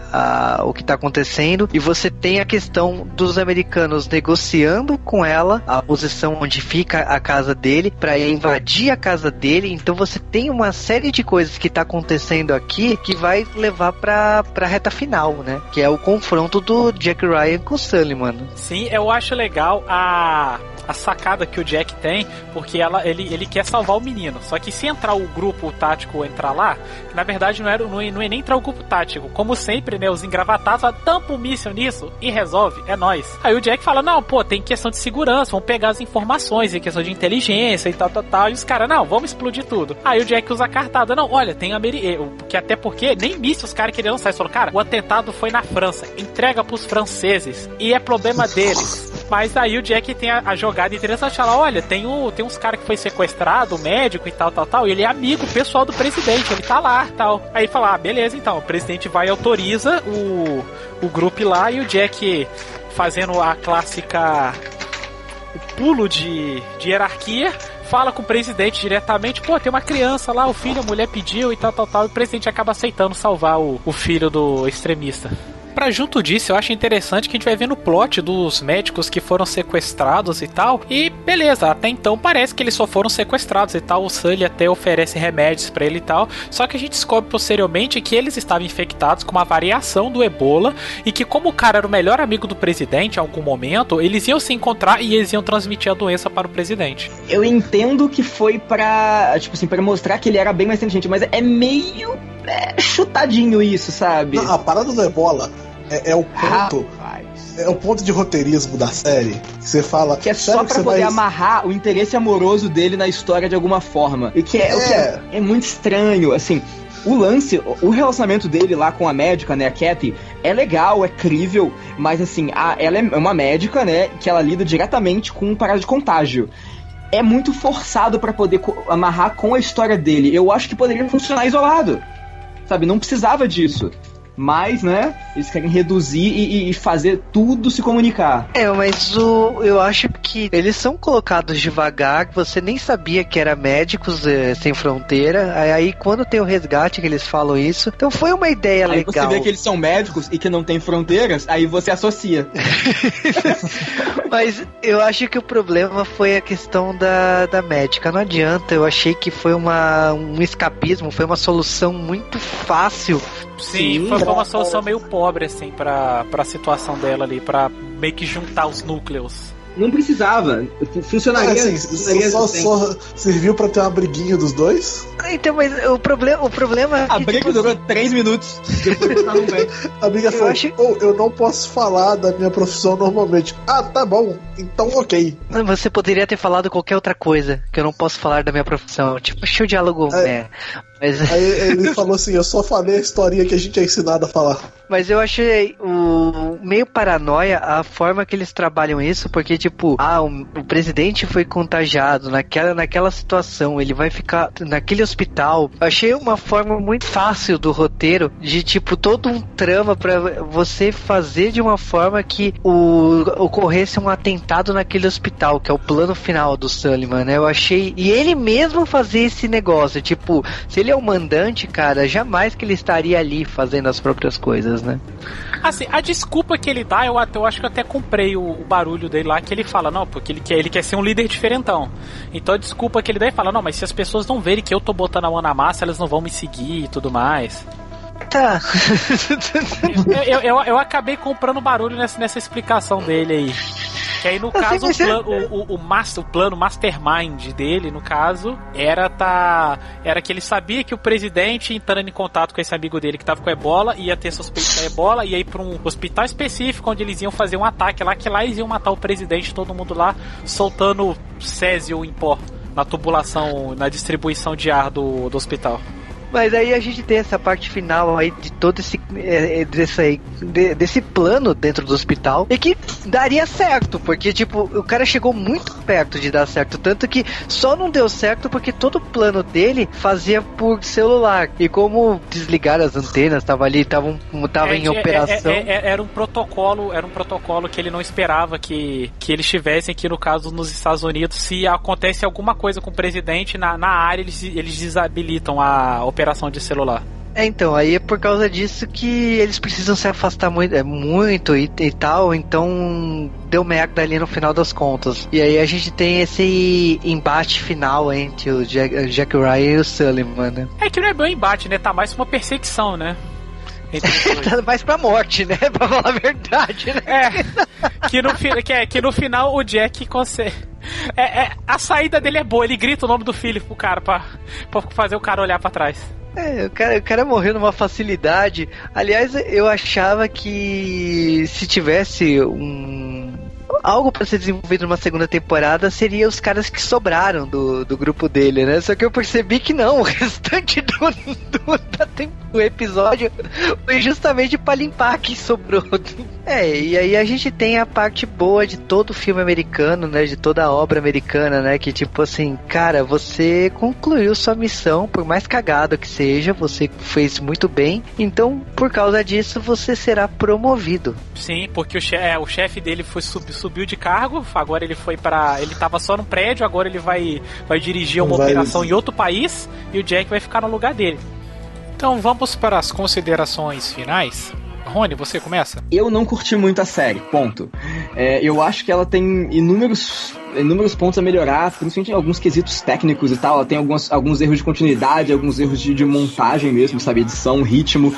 a, o que tá acontecendo, e você tem a questão dos americanos negociando com ela a posição onde fica a casa dele para invadir a casa dele. Então você tem uma série de coisas que tá acontecendo aqui que vai levar pra, pra reta final, né? Que é o confronto do Jack Ryan com o Sully, mano. Sim, eu acho legal a... a sacada que o Jack tem, porque ela, ele, ele quer salvar o menino. Só que se entrar o grupo tático entrar lá, que na verdade não, era, não, é, não é nem entrar o grupo tático. Como sempre, né, os engravatados falam, tampa o míssil nisso e resolve, é nóis. Aí o Jack fala, não, pô, tem questão de segurança, vamos pegar as informações, tem questão de inteligência e tal, tal, tal. E os caras, não, vamos explodir tudo. Aí o Jack usa a cartada, não, olha, tem americano, que até porque nem míssil os caras queriam lançar. Eles falaram, cara, o atentado foi na França, entrega pros franceses e é problema deles. Mas aí o Jack tem a, a jogada interessante, fala, olha, tem, o, tem uns caras que foi sequestrado, o médico e tal, tal, tal, e ele é amigo pessoal do presidente, ele tá lá, tal. Aí fala, ah, beleza, então, o presidente vai e autoriza o, o grupo lá, e o Jack fazendo a clássica o pulo de, de hierarquia, fala com o presidente diretamente, pô, tem uma criança lá, o filho, a mulher pediu e tal, tal, tal, e o presidente acaba aceitando salvar o, o filho do extremista. Pra junto disso, eu acho interessante que a gente vai ver no plot dos médicos que foram sequestrados e tal. E beleza, até então parece que eles só foram sequestrados e tal. O Sully até oferece remédios pra ele e tal. Só que a gente descobre posteriormente que eles estavam infectados com uma variação do Ebola. E que como o cara era o melhor amigo do presidente em algum momento, eles iam se encontrar e eles iam transmitir a doença para o presidente. Eu entendo que foi pra, tipo assim, pra mostrar que ele era bem mais inteligente, mas é meio é, chutadinho isso, sabe? Não, a parada do Ebola é, é o ponto... Rapaz. É o ponto de roteirismo da série. Que você fala... Que é só pra poder vai... amarrar o interesse amoroso dele na história de alguma forma. E que é, é. O que é, é muito estranho, assim... O lance, o relacionamento dele lá com a médica, né, a Kathy, é legal, é crível, mas assim, a, ela é uma médica, né, que ela lida diretamente com parada de contágio. É muito forçado pra poder co- amarrar com a história dele. Eu acho que poderia funcionar isolado, sabe, não precisava disso. Mas, né, eles querem reduzir e, e fazer tudo se comunicar. É, mas o, eu acho que eles são colocados devagar, você nem sabia que era Médicos é, Sem Fronteira, aí, aí quando tem o resgate que eles falam isso, então foi uma ideia aí legal. Aí você vê que eles são médicos e que não tem fronteiras, aí você associa. Mas eu acho que o problema foi a questão da, da médica, não adianta, eu achei que foi uma, um escapismo, foi uma solução muito fácil. Sim, Sim, foi uma solução meio pobre, assim, pra, pra situação dela ali, pra meio que juntar os núcleos. Não precisava. Funcionaria. Ah, assim, funcionaria só, só serviu pra ter uma briguinha dos dois? Então, mas o problema, o problema é que, a briga tipo, durou três minutos. A briga foi, acho... oh, eu não posso falar da minha profissão normalmente. Ah, tá bom, então ok. Você poderia ter falado qualquer outra coisa, que eu não posso falar da minha profissão. Tipo, achei o diálogo... É. É. Mas... Aí ele falou assim, eu só falei a historinha que a gente é ensinado a falar. Mas eu achei o meio paranoia a forma que eles trabalham isso, porque tipo, ah, o, o presidente foi contagiado naquela, naquela situação, ele vai ficar naquele hospital. Eu achei uma forma muito fácil do roteiro, de tipo, todo um trama pra você fazer de uma forma que o, ocorresse um atentado naquele hospital, que é o plano final do Sullivan, né? Eu achei, e ele mesmo fazer esse negócio, tipo, se ele é o mandante, cara, jamais que ele estaria ali fazendo as próprias coisas, né? Assim, a desculpa que ele dá, eu, até, eu acho que eu até comprei o, o barulho dele lá, que ele fala, não, porque ele quer, ele quer ser um líder diferentão. Então a desculpa que ele dá é fala, não, mas se as pessoas não verem que eu tô botando a mão na massa, elas não vão me seguir e tudo mais. Tá. eu, eu, eu, eu acabei comprando barulho nessa, nessa explicação dele aí. Que aí no caso o, plan, o, o, o, master, o plano mastermind dele, no caso, era tá, era que ele sabia que o presidente, entrando em contato com esse amigo dele que tava com ebola, ia ter suspeita da ebola, ia ir pra um hospital específico onde eles iam fazer um ataque lá, que lá eles iam matar o presidente, todo mundo lá, soltando césio em pó na tubulação, na distribuição de ar do, do hospital. Mas aí a gente tem essa parte final aí de todo esse é, desse, aí, de, desse plano dentro do hospital e que daria certo, porque tipo, o cara chegou muito perto de dar certo, tanto que só não deu certo porque todo o plano dele fazia por celular, e como desligar as antenas, tava ali, tava, tava é, em operação. É, é, é, era um protocolo, era um protocolo que ele não esperava que, que eles tivessem aqui, no caso nos Estados Unidos, se acontece alguma coisa com o presidente na, na área, eles, eles desabilitam a operação de celular. É, então, aí é por causa disso que eles precisam se afastar muito, é, muito e, e tal, então deu merda ali no final das contas. E aí a gente tem esse embate final entre o Jack, Jack Ryan e o Sullivan, né? É que não é bem um embate, né? Tá mais uma perseguição, né? Tá mais pra morte, né? Pra falar a verdade, né? É, que no, que, é, que no final o Jack consegue... É, é, a saída dele é boa, ele grita o nome do filho pro cara, pra, pra fazer o cara olhar pra trás. É, o cara, o cara morreu numa facilidade. Aliás, eu achava que se tivesse um... algo pra ser desenvolvido numa segunda temporada, seria os caras que sobraram do, do grupo dele, né? Só que eu percebi que não, o restante do, do, da tem, do episódio foi justamente pra limpar quem sobrou. É, e aí a gente tem a parte boa de todo o filme americano, né? De toda a obra americana, né? Que tipo assim, cara, você concluiu sua missão, por mais cagado que seja, você fez muito bem, então por causa disso você será promovido. Sim, porque o, che- é, o chefe dele foi sub, subiu de cargo, agora ele foi para ele tava só no prédio, agora ele vai, vai dirigir uma vai... operação em outro país e o Jack vai ficar no lugar dele. Então vamos para as considerações finais. Rony, você começa? Eu não curti muito a série, ponto. É, eu acho que ela tem inúmeros, inúmeros pontos a melhorar, principalmente em alguns quesitos técnicos e tal. Ela tem alguns, alguns erros de continuidade, alguns erros de, de montagem mesmo, sabe? Edição, ritmo.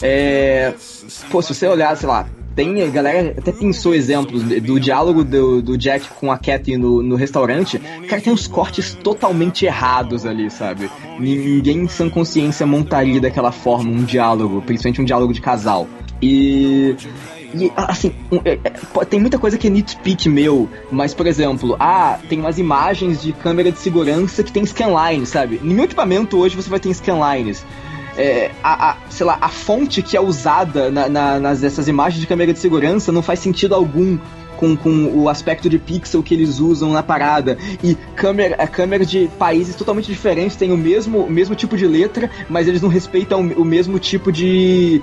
É... Pô, se você olhar, sei lá, tem, a galera até pensou exemplos do diálogo do, do Jack com a Kathy no, no restaurante. Cara, tem uns cortes totalmente errados ali, sabe? Ninguém em sã consciência montaria daquela forma um diálogo, principalmente um diálogo de casal. E... E, assim, tem muita coisa que é nitpick meu, mas, por exemplo, ah, tem umas imagens de câmera de segurança que tem scanline, sabe? Nenhum equipamento hoje você vai ter scanlines. É, a, a, sei lá, a fonte que é usada na, na, nas essas imagens de câmera de segurança não faz sentido algum com, com o aspecto de pixel que eles usam na parada. E câmera, a câmera de países totalmente diferentes tem o mesmo, o mesmo tipo de letra, mas eles não respeitam o, o mesmo tipo de...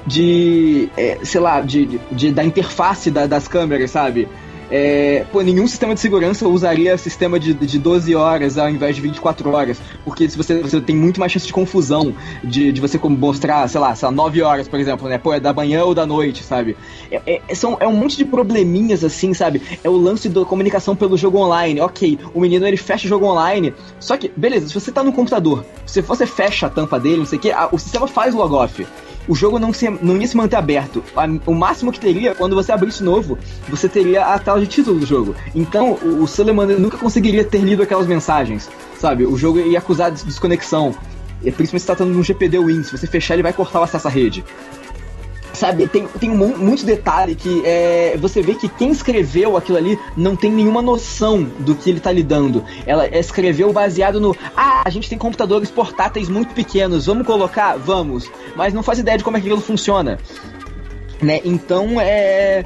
de é, sei lá, de, de, de, da interface da, das câmeras, sabe? É, pô, nenhum sistema de segurança usaria sistema de, de doze horas ao invés de vinte e quatro horas, porque se você, você tem muito mais chance de confusão, de, de você mostrar, sei lá, sei lá, nove horas, por exemplo, né? Pô, é da manhã ou da noite, sabe? É, é, são, é um monte de probleminhas assim, sabe? É o lance da comunicação pelo jogo online. Ok, o menino ele fecha o jogo online, só que, beleza, se você tá no computador, se você fecha a tampa dele, não sei o que, a, o sistema faz logoff. O jogo não, se, não ia se manter aberto. O máximo que teria, quando você abrisse novo, você teria a tela de título do jogo. Então, o, o Sullivan nunca conseguiria ter lido aquelas mensagens, sabe? O jogo ia acusar de desconexão. E principalmente se tratando de um G P D Win. Se você fechar, ele vai cortar o acesso à rede. Sabe, tem, tem um, muito detalhe que é, você vê que quem escreveu aquilo ali não tem nenhuma noção do que ele tá lidando. Ela escreveu baseado no, ah, a gente tem computadores portáteis muito pequenos, vamos colocar? Vamos. Mas não faz ideia de como é que aquilo funciona. Né? Então, é...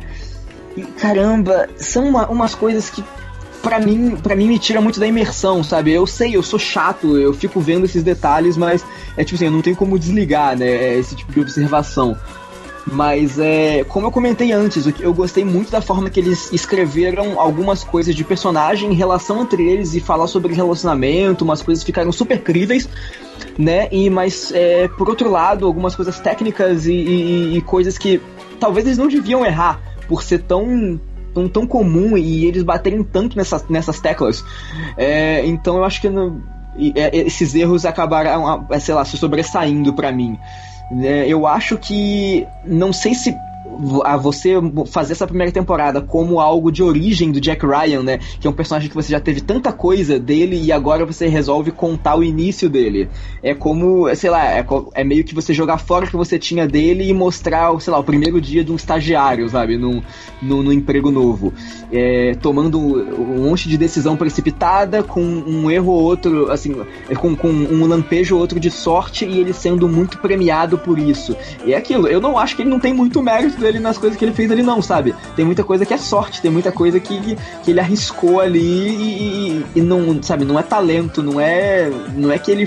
caramba, são uma, umas coisas que pra mim, pra mim me tira muito da imersão, sabe? Eu sei, eu sou chato, eu fico vendo esses detalhes, mas é tipo assim, eu não tenho como desligar, né? Esse tipo de observação. Mas, é, como eu comentei antes, eu gostei muito da forma que eles escreveram algumas coisas de personagem em relação entre eles e falar sobre relacionamento, umas coisas ficaram super críveis, né? E, mas, é, por outro lado, algumas coisas técnicas e, e, e coisas que talvez eles não deviam errar por ser tão... Tão, tão comum e eles baterem tanto nessas, nessas teclas. É, então eu acho que no, esses erros acabaram, sei lá, se sobressaindo pra mim. É, eu acho que, não sei se a você fazer essa primeira temporada como algo de origem do Jack Ryan, né, que é um personagem que você já teve tanta coisa dele e agora você resolve contar o início dele. É como, sei lá, é, é meio que você jogar fora o que você tinha dele e mostrar, sei lá, o primeiro dia de um estagiário, sabe, no, no, no emprego novo. É, tomando um monte de decisão precipitada, com um erro ou outro, assim, com, com um lampejo ou outro de sorte e ele sendo muito premiado por isso. E é aquilo, eu não acho que ele não tem muito mérito dele nas coisas que ele fez ali não, sabe? Tem muita coisa que é sorte, tem muita coisa que, que ele arriscou ali e, e não, sabe, não é talento, não é, não é que ele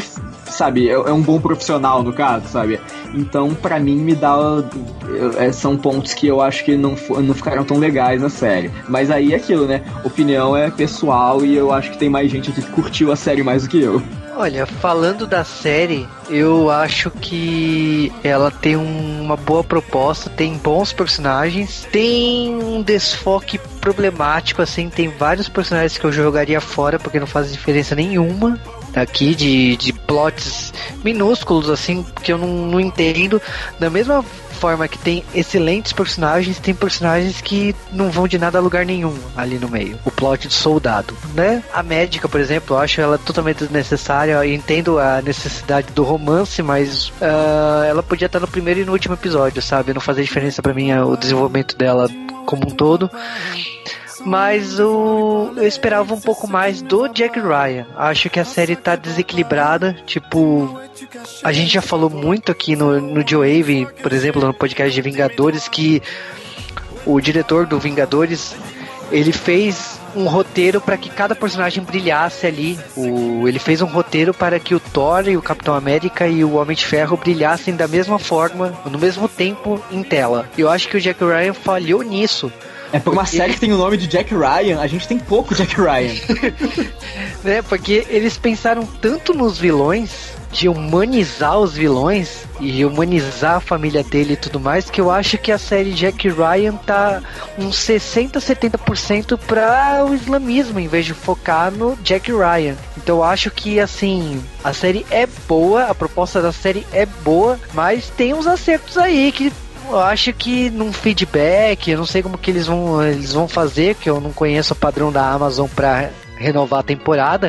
sabe, é, é um bom profissional no caso, sabe? Então, pra mim, me dá... É, são pontos que eu acho que não, não ficaram tão legais na série. Mas aí é aquilo, né? Opinião é pessoal e eu acho que tem mais gente aqui que curtiu a série mais do que eu. Olha, falando da série, eu acho que ela tem uma boa proposta, tem bons personagens, tem um desfoque problemático, assim, tem vários personagens que eu jogaria fora porque não faz diferença nenhuma aqui, de, de plots minúsculos, assim, que eu não, não entendo. Da mesma forma que tem excelentes personagens, tem personagens que não vão de nada a lugar nenhum ali no meio. O plot de soldado, né? A médica, por exemplo, eu acho ela totalmente desnecessária. Eu entendo a necessidade do romance, mas uh, ela podia estar no primeiro e no último episódio, sabe? Não fazia diferença pra mim o desenvolvimento dela como um todo. Mas o, eu esperava um pouco mais do Jack Ryan. Acho que a série tá desequilibrada. Tipo, a gente já falou muito aqui no, no J-Wave, por exemplo, no podcast de Vingadores, que o diretor do Vingadores, ele fez um roteiro para que cada personagem brilhasse ali. O, ele fez um roteiro para que o Thor e o Capitão América e o Homem de Ferro brilhassem da mesma forma, no mesmo tempo em tela. Eu acho que o Jack Ryan falhou nisso. É por uma porque... série que tem o nome de Jack Ryan, a gente tem pouco Jack Ryan. Né, porque eles pensaram tanto nos vilões, de humanizar os vilões e humanizar a família dele e tudo mais, que eu acho que a série Jack Ryan tá uns sessenta, setenta por cento para o islamismo, em vez de focar no Jack Ryan. Então eu acho que, assim, a série é boa, a proposta da série é boa, mas tem uns acertos aí que eu acho que num feedback, eu não sei como que eles vão, eles vão fazer, que eu não conheço o padrão da Amazon para renovar a temporada,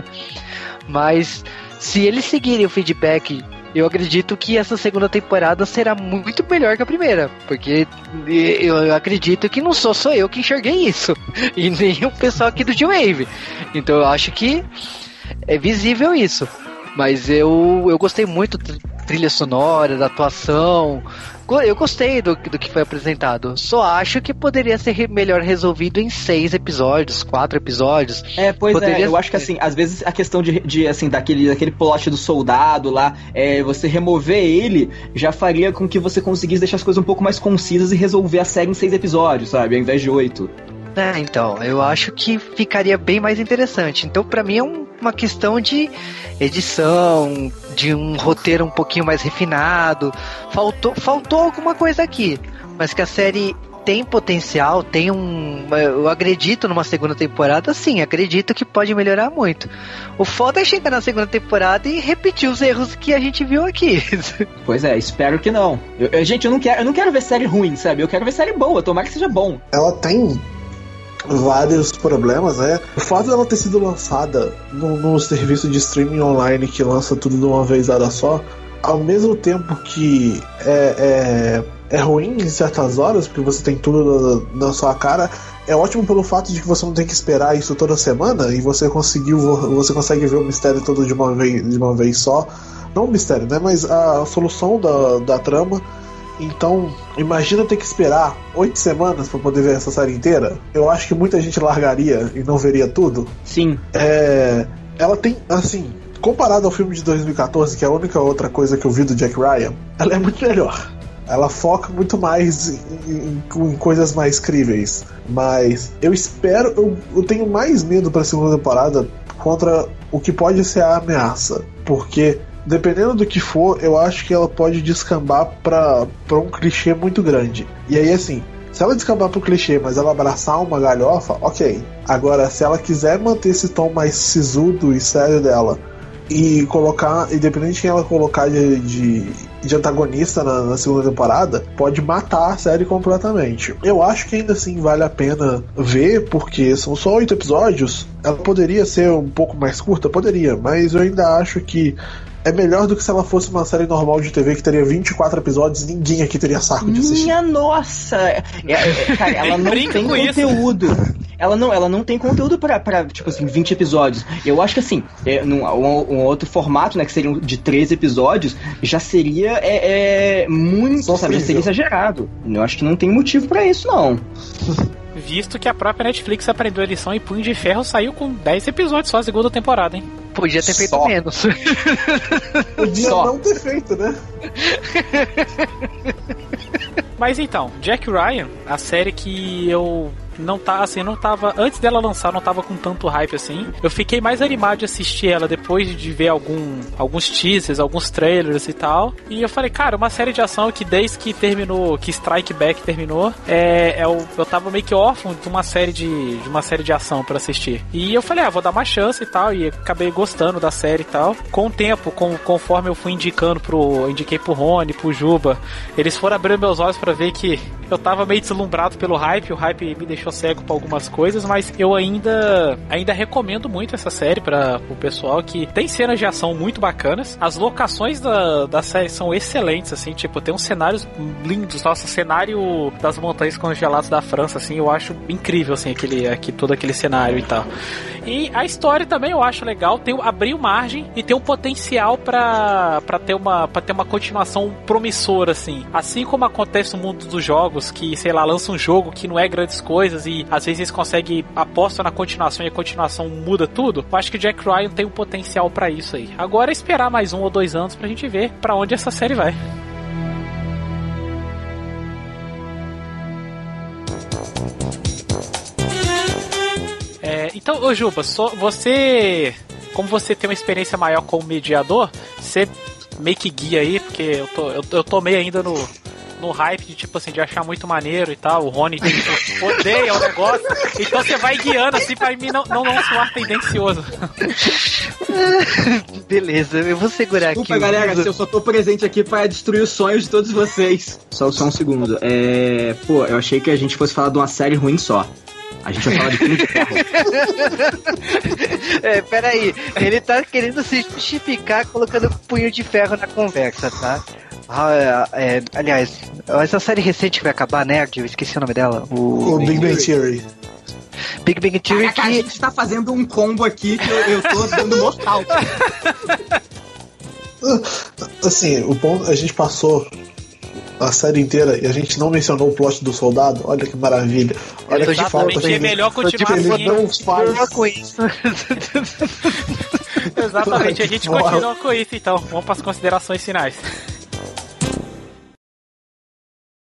mas se eles seguirem o feedback, eu acredito que essa segunda temporada será muito melhor que a primeira, porque eu acredito que não sou só eu que enxerguei isso, e nem o pessoal aqui do J-Wave. Então eu acho que é visível isso, mas eu, eu gostei muito da trilha sonora, da atuação. Eu gostei do, do que foi apresentado. Só acho que poderia ser melhor resolvido em seis episódios, quatro episódios. É, pois poderia é, eu acho que assim, às vezes a questão de, de assim, daquele, daquele plot do soldado lá, é, você remover ele, já faria com que você conseguisse deixar as coisas um pouco mais concisas e resolver a série em seis episódios, sabe? Ao invés de oito. É, então, eu acho que ficaria bem mais interessante. Então, pra mim é um, uma questão de edição, de um roteiro um pouquinho mais refinado. Faltou, faltou alguma coisa aqui, mas que a série tem potencial, tem um... Eu acredito numa segunda temporada, sim, acredito que pode melhorar muito. O foda é chegar na segunda temporada e repetir os erros que a gente viu aqui. Pois é, espero que não. Eu, eu, gente, eu não, quero, eu não quero ver série ruim, sabe? Eu quero ver série boa, tomara que seja bom. Ela tem vários problemas, né? O fato dela ter sido lançada no, no serviço de streaming online que lança tudo de uma vez só, ao mesmo tempo que é, é, é ruim em certas horas, porque você tem tudo na, na sua cara, é ótimo pelo fato de que você não tem que esperar isso toda semana e você conseguiu, você consegue ver o mistério todo de uma vez, de uma vez só. Não o mistério, né? Mas a solução da, da trama. Então, imagina ter que esperar oito semanas pra poder ver essa série inteira. Eu acho que muita gente largaria e não veria tudo. Sim. É, ela tem, assim, comparado ao filme de dois mil e catorze, que é a única outra coisa que eu vi do Jack Ryan, ela é muito melhor. Ela foca muito mais em, em, em coisas mais críveis. Mas eu espero, eu, eu tenho mais medo pra segunda temporada contra o que pode ser a ameaça. Porque dependendo do que for, eu acho que ela pode descambar pra, pra um clichê muito grande. E aí, assim, se ela descambar pro clichê, mas ela abraçar uma galhofa, ok. Agora, se ela quiser manter esse tom mais sisudo e sério dela, e colocar, independente de quem ela colocar de, de, de antagonista na, na segunda temporada, pode matar a série completamente. Eu acho que ainda assim vale a pena ver, porque são só oito episódios. Ela poderia ser um pouco mais curta? Poderia, mas eu ainda acho que é melhor do que se ela fosse uma série normal de T V que teria vinte e quatro episódios e ninguém aqui teria saco de assistir. Minha nossa! É, é, cara, ela não tem conteúdo. Isso. Ela não, ela não tem conteúdo pra, pra, tipo assim, vinte episódios. Eu acho que, assim, é, num, um, um outro formato, né, que seriam de treze episódios, já seria é, é, muito, sabe, já seria exagerado. Eu acho que não tem motivo pra isso, não. Visto que a própria Netflix aprendeu a lição e Punho de Ferro saiu com dez episódios só a segunda temporada, hein? Podia ter feito Só. menos. Podia Só. não ter feito, né? Mas então, Jack Ryan, a série que eu não tá, assim, não tava, antes dela lançar, não tava com tanto hype assim. Eu fiquei mais animado de assistir ela depois de ver algum, alguns teasers, alguns trailers e tal. E eu falei, cara, uma série de ação que desde que terminou, que Strike Back terminou, é, é eu, eu tava meio que órfão de uma série de, de uma série de ação pra assistir. E eu falei, ah, vou dar uma chance e tal, e acabei gostando da série e tal. Com o tempo, com, conforme eu fui indicando pro, eu indiquei pro Rony, pro Juba, eles foram abrindo meus olhos pra ver que eu tava meio deslumbrado pelo hype, o hype me deixou cego pra algumas coisas, mas eu ainda ainda recomendo muito essa série para o pessoal, que tem cenas de ação muito bacanas. As locações da, da série são excelentes, assim, tipo, tem uns cenários lindos. Nossa, o cenário das montanhas congeladas da França, assim, eu acho incrível, assim, aquele, aqui, todo aquele cenário e tal. E a história também eu acho legal, tem, abriu margem e tem um potencial pra, pra, ter uma, pra ter uma continuação promissora, assim. Assim como acontece no mundo dos jogos, que, sei lá, lança um jogo que não é grandes coisas e às vezes eles conseguem, apostam na continuação e a continuação muda tudo. Eu acho que Jack Ryan tem um potencial pra isso aí. Agora é esperar mais um ou dois anos pra gente ver pra onde essa série vai. É, então, ô Juba, só, você, como você tem uma experiência maior como mediador, você meio que guia aí, porque eu tô, eu, eu tô meio ainda no, no hype de, tipo assim, de achar muito maneiro e tal. O Rony tipo, odeia o negócio, então você vai guiando assim pra mim não, não, não soar tendencioso. Beleza, eu vou segurar Desculpa, aqui. galera, o... se eu só tô presente aqui pra destruir os sonhos de todos vocês. Só, só um segundo. É... Pô, eu achei que a gente fosse falar de uma série ruim só. A gente vai falar de Punho de Ferro. É, peraí. Ele tá querendo se justificar colocando Punho de Ferro na conversa, tá? Ah, é, é, aliás, essa série recente que vai acabar, Nerd, eu esqueci o nome dela. O, O Big Bang Theory. Big Bang Theory. Caraca, que... a gente tá fazendo um combo aqui que eu, eu tô dando mortal. Assim, o ponto, a gente passou a série inteira e a gente não mencionou o plot do soldado. Olha que maravilha. Olha que falta que é melhor continuar ele assim. não faz. com isso. Exatamente, a gente continua com isso então. Vamos para as considerações finais.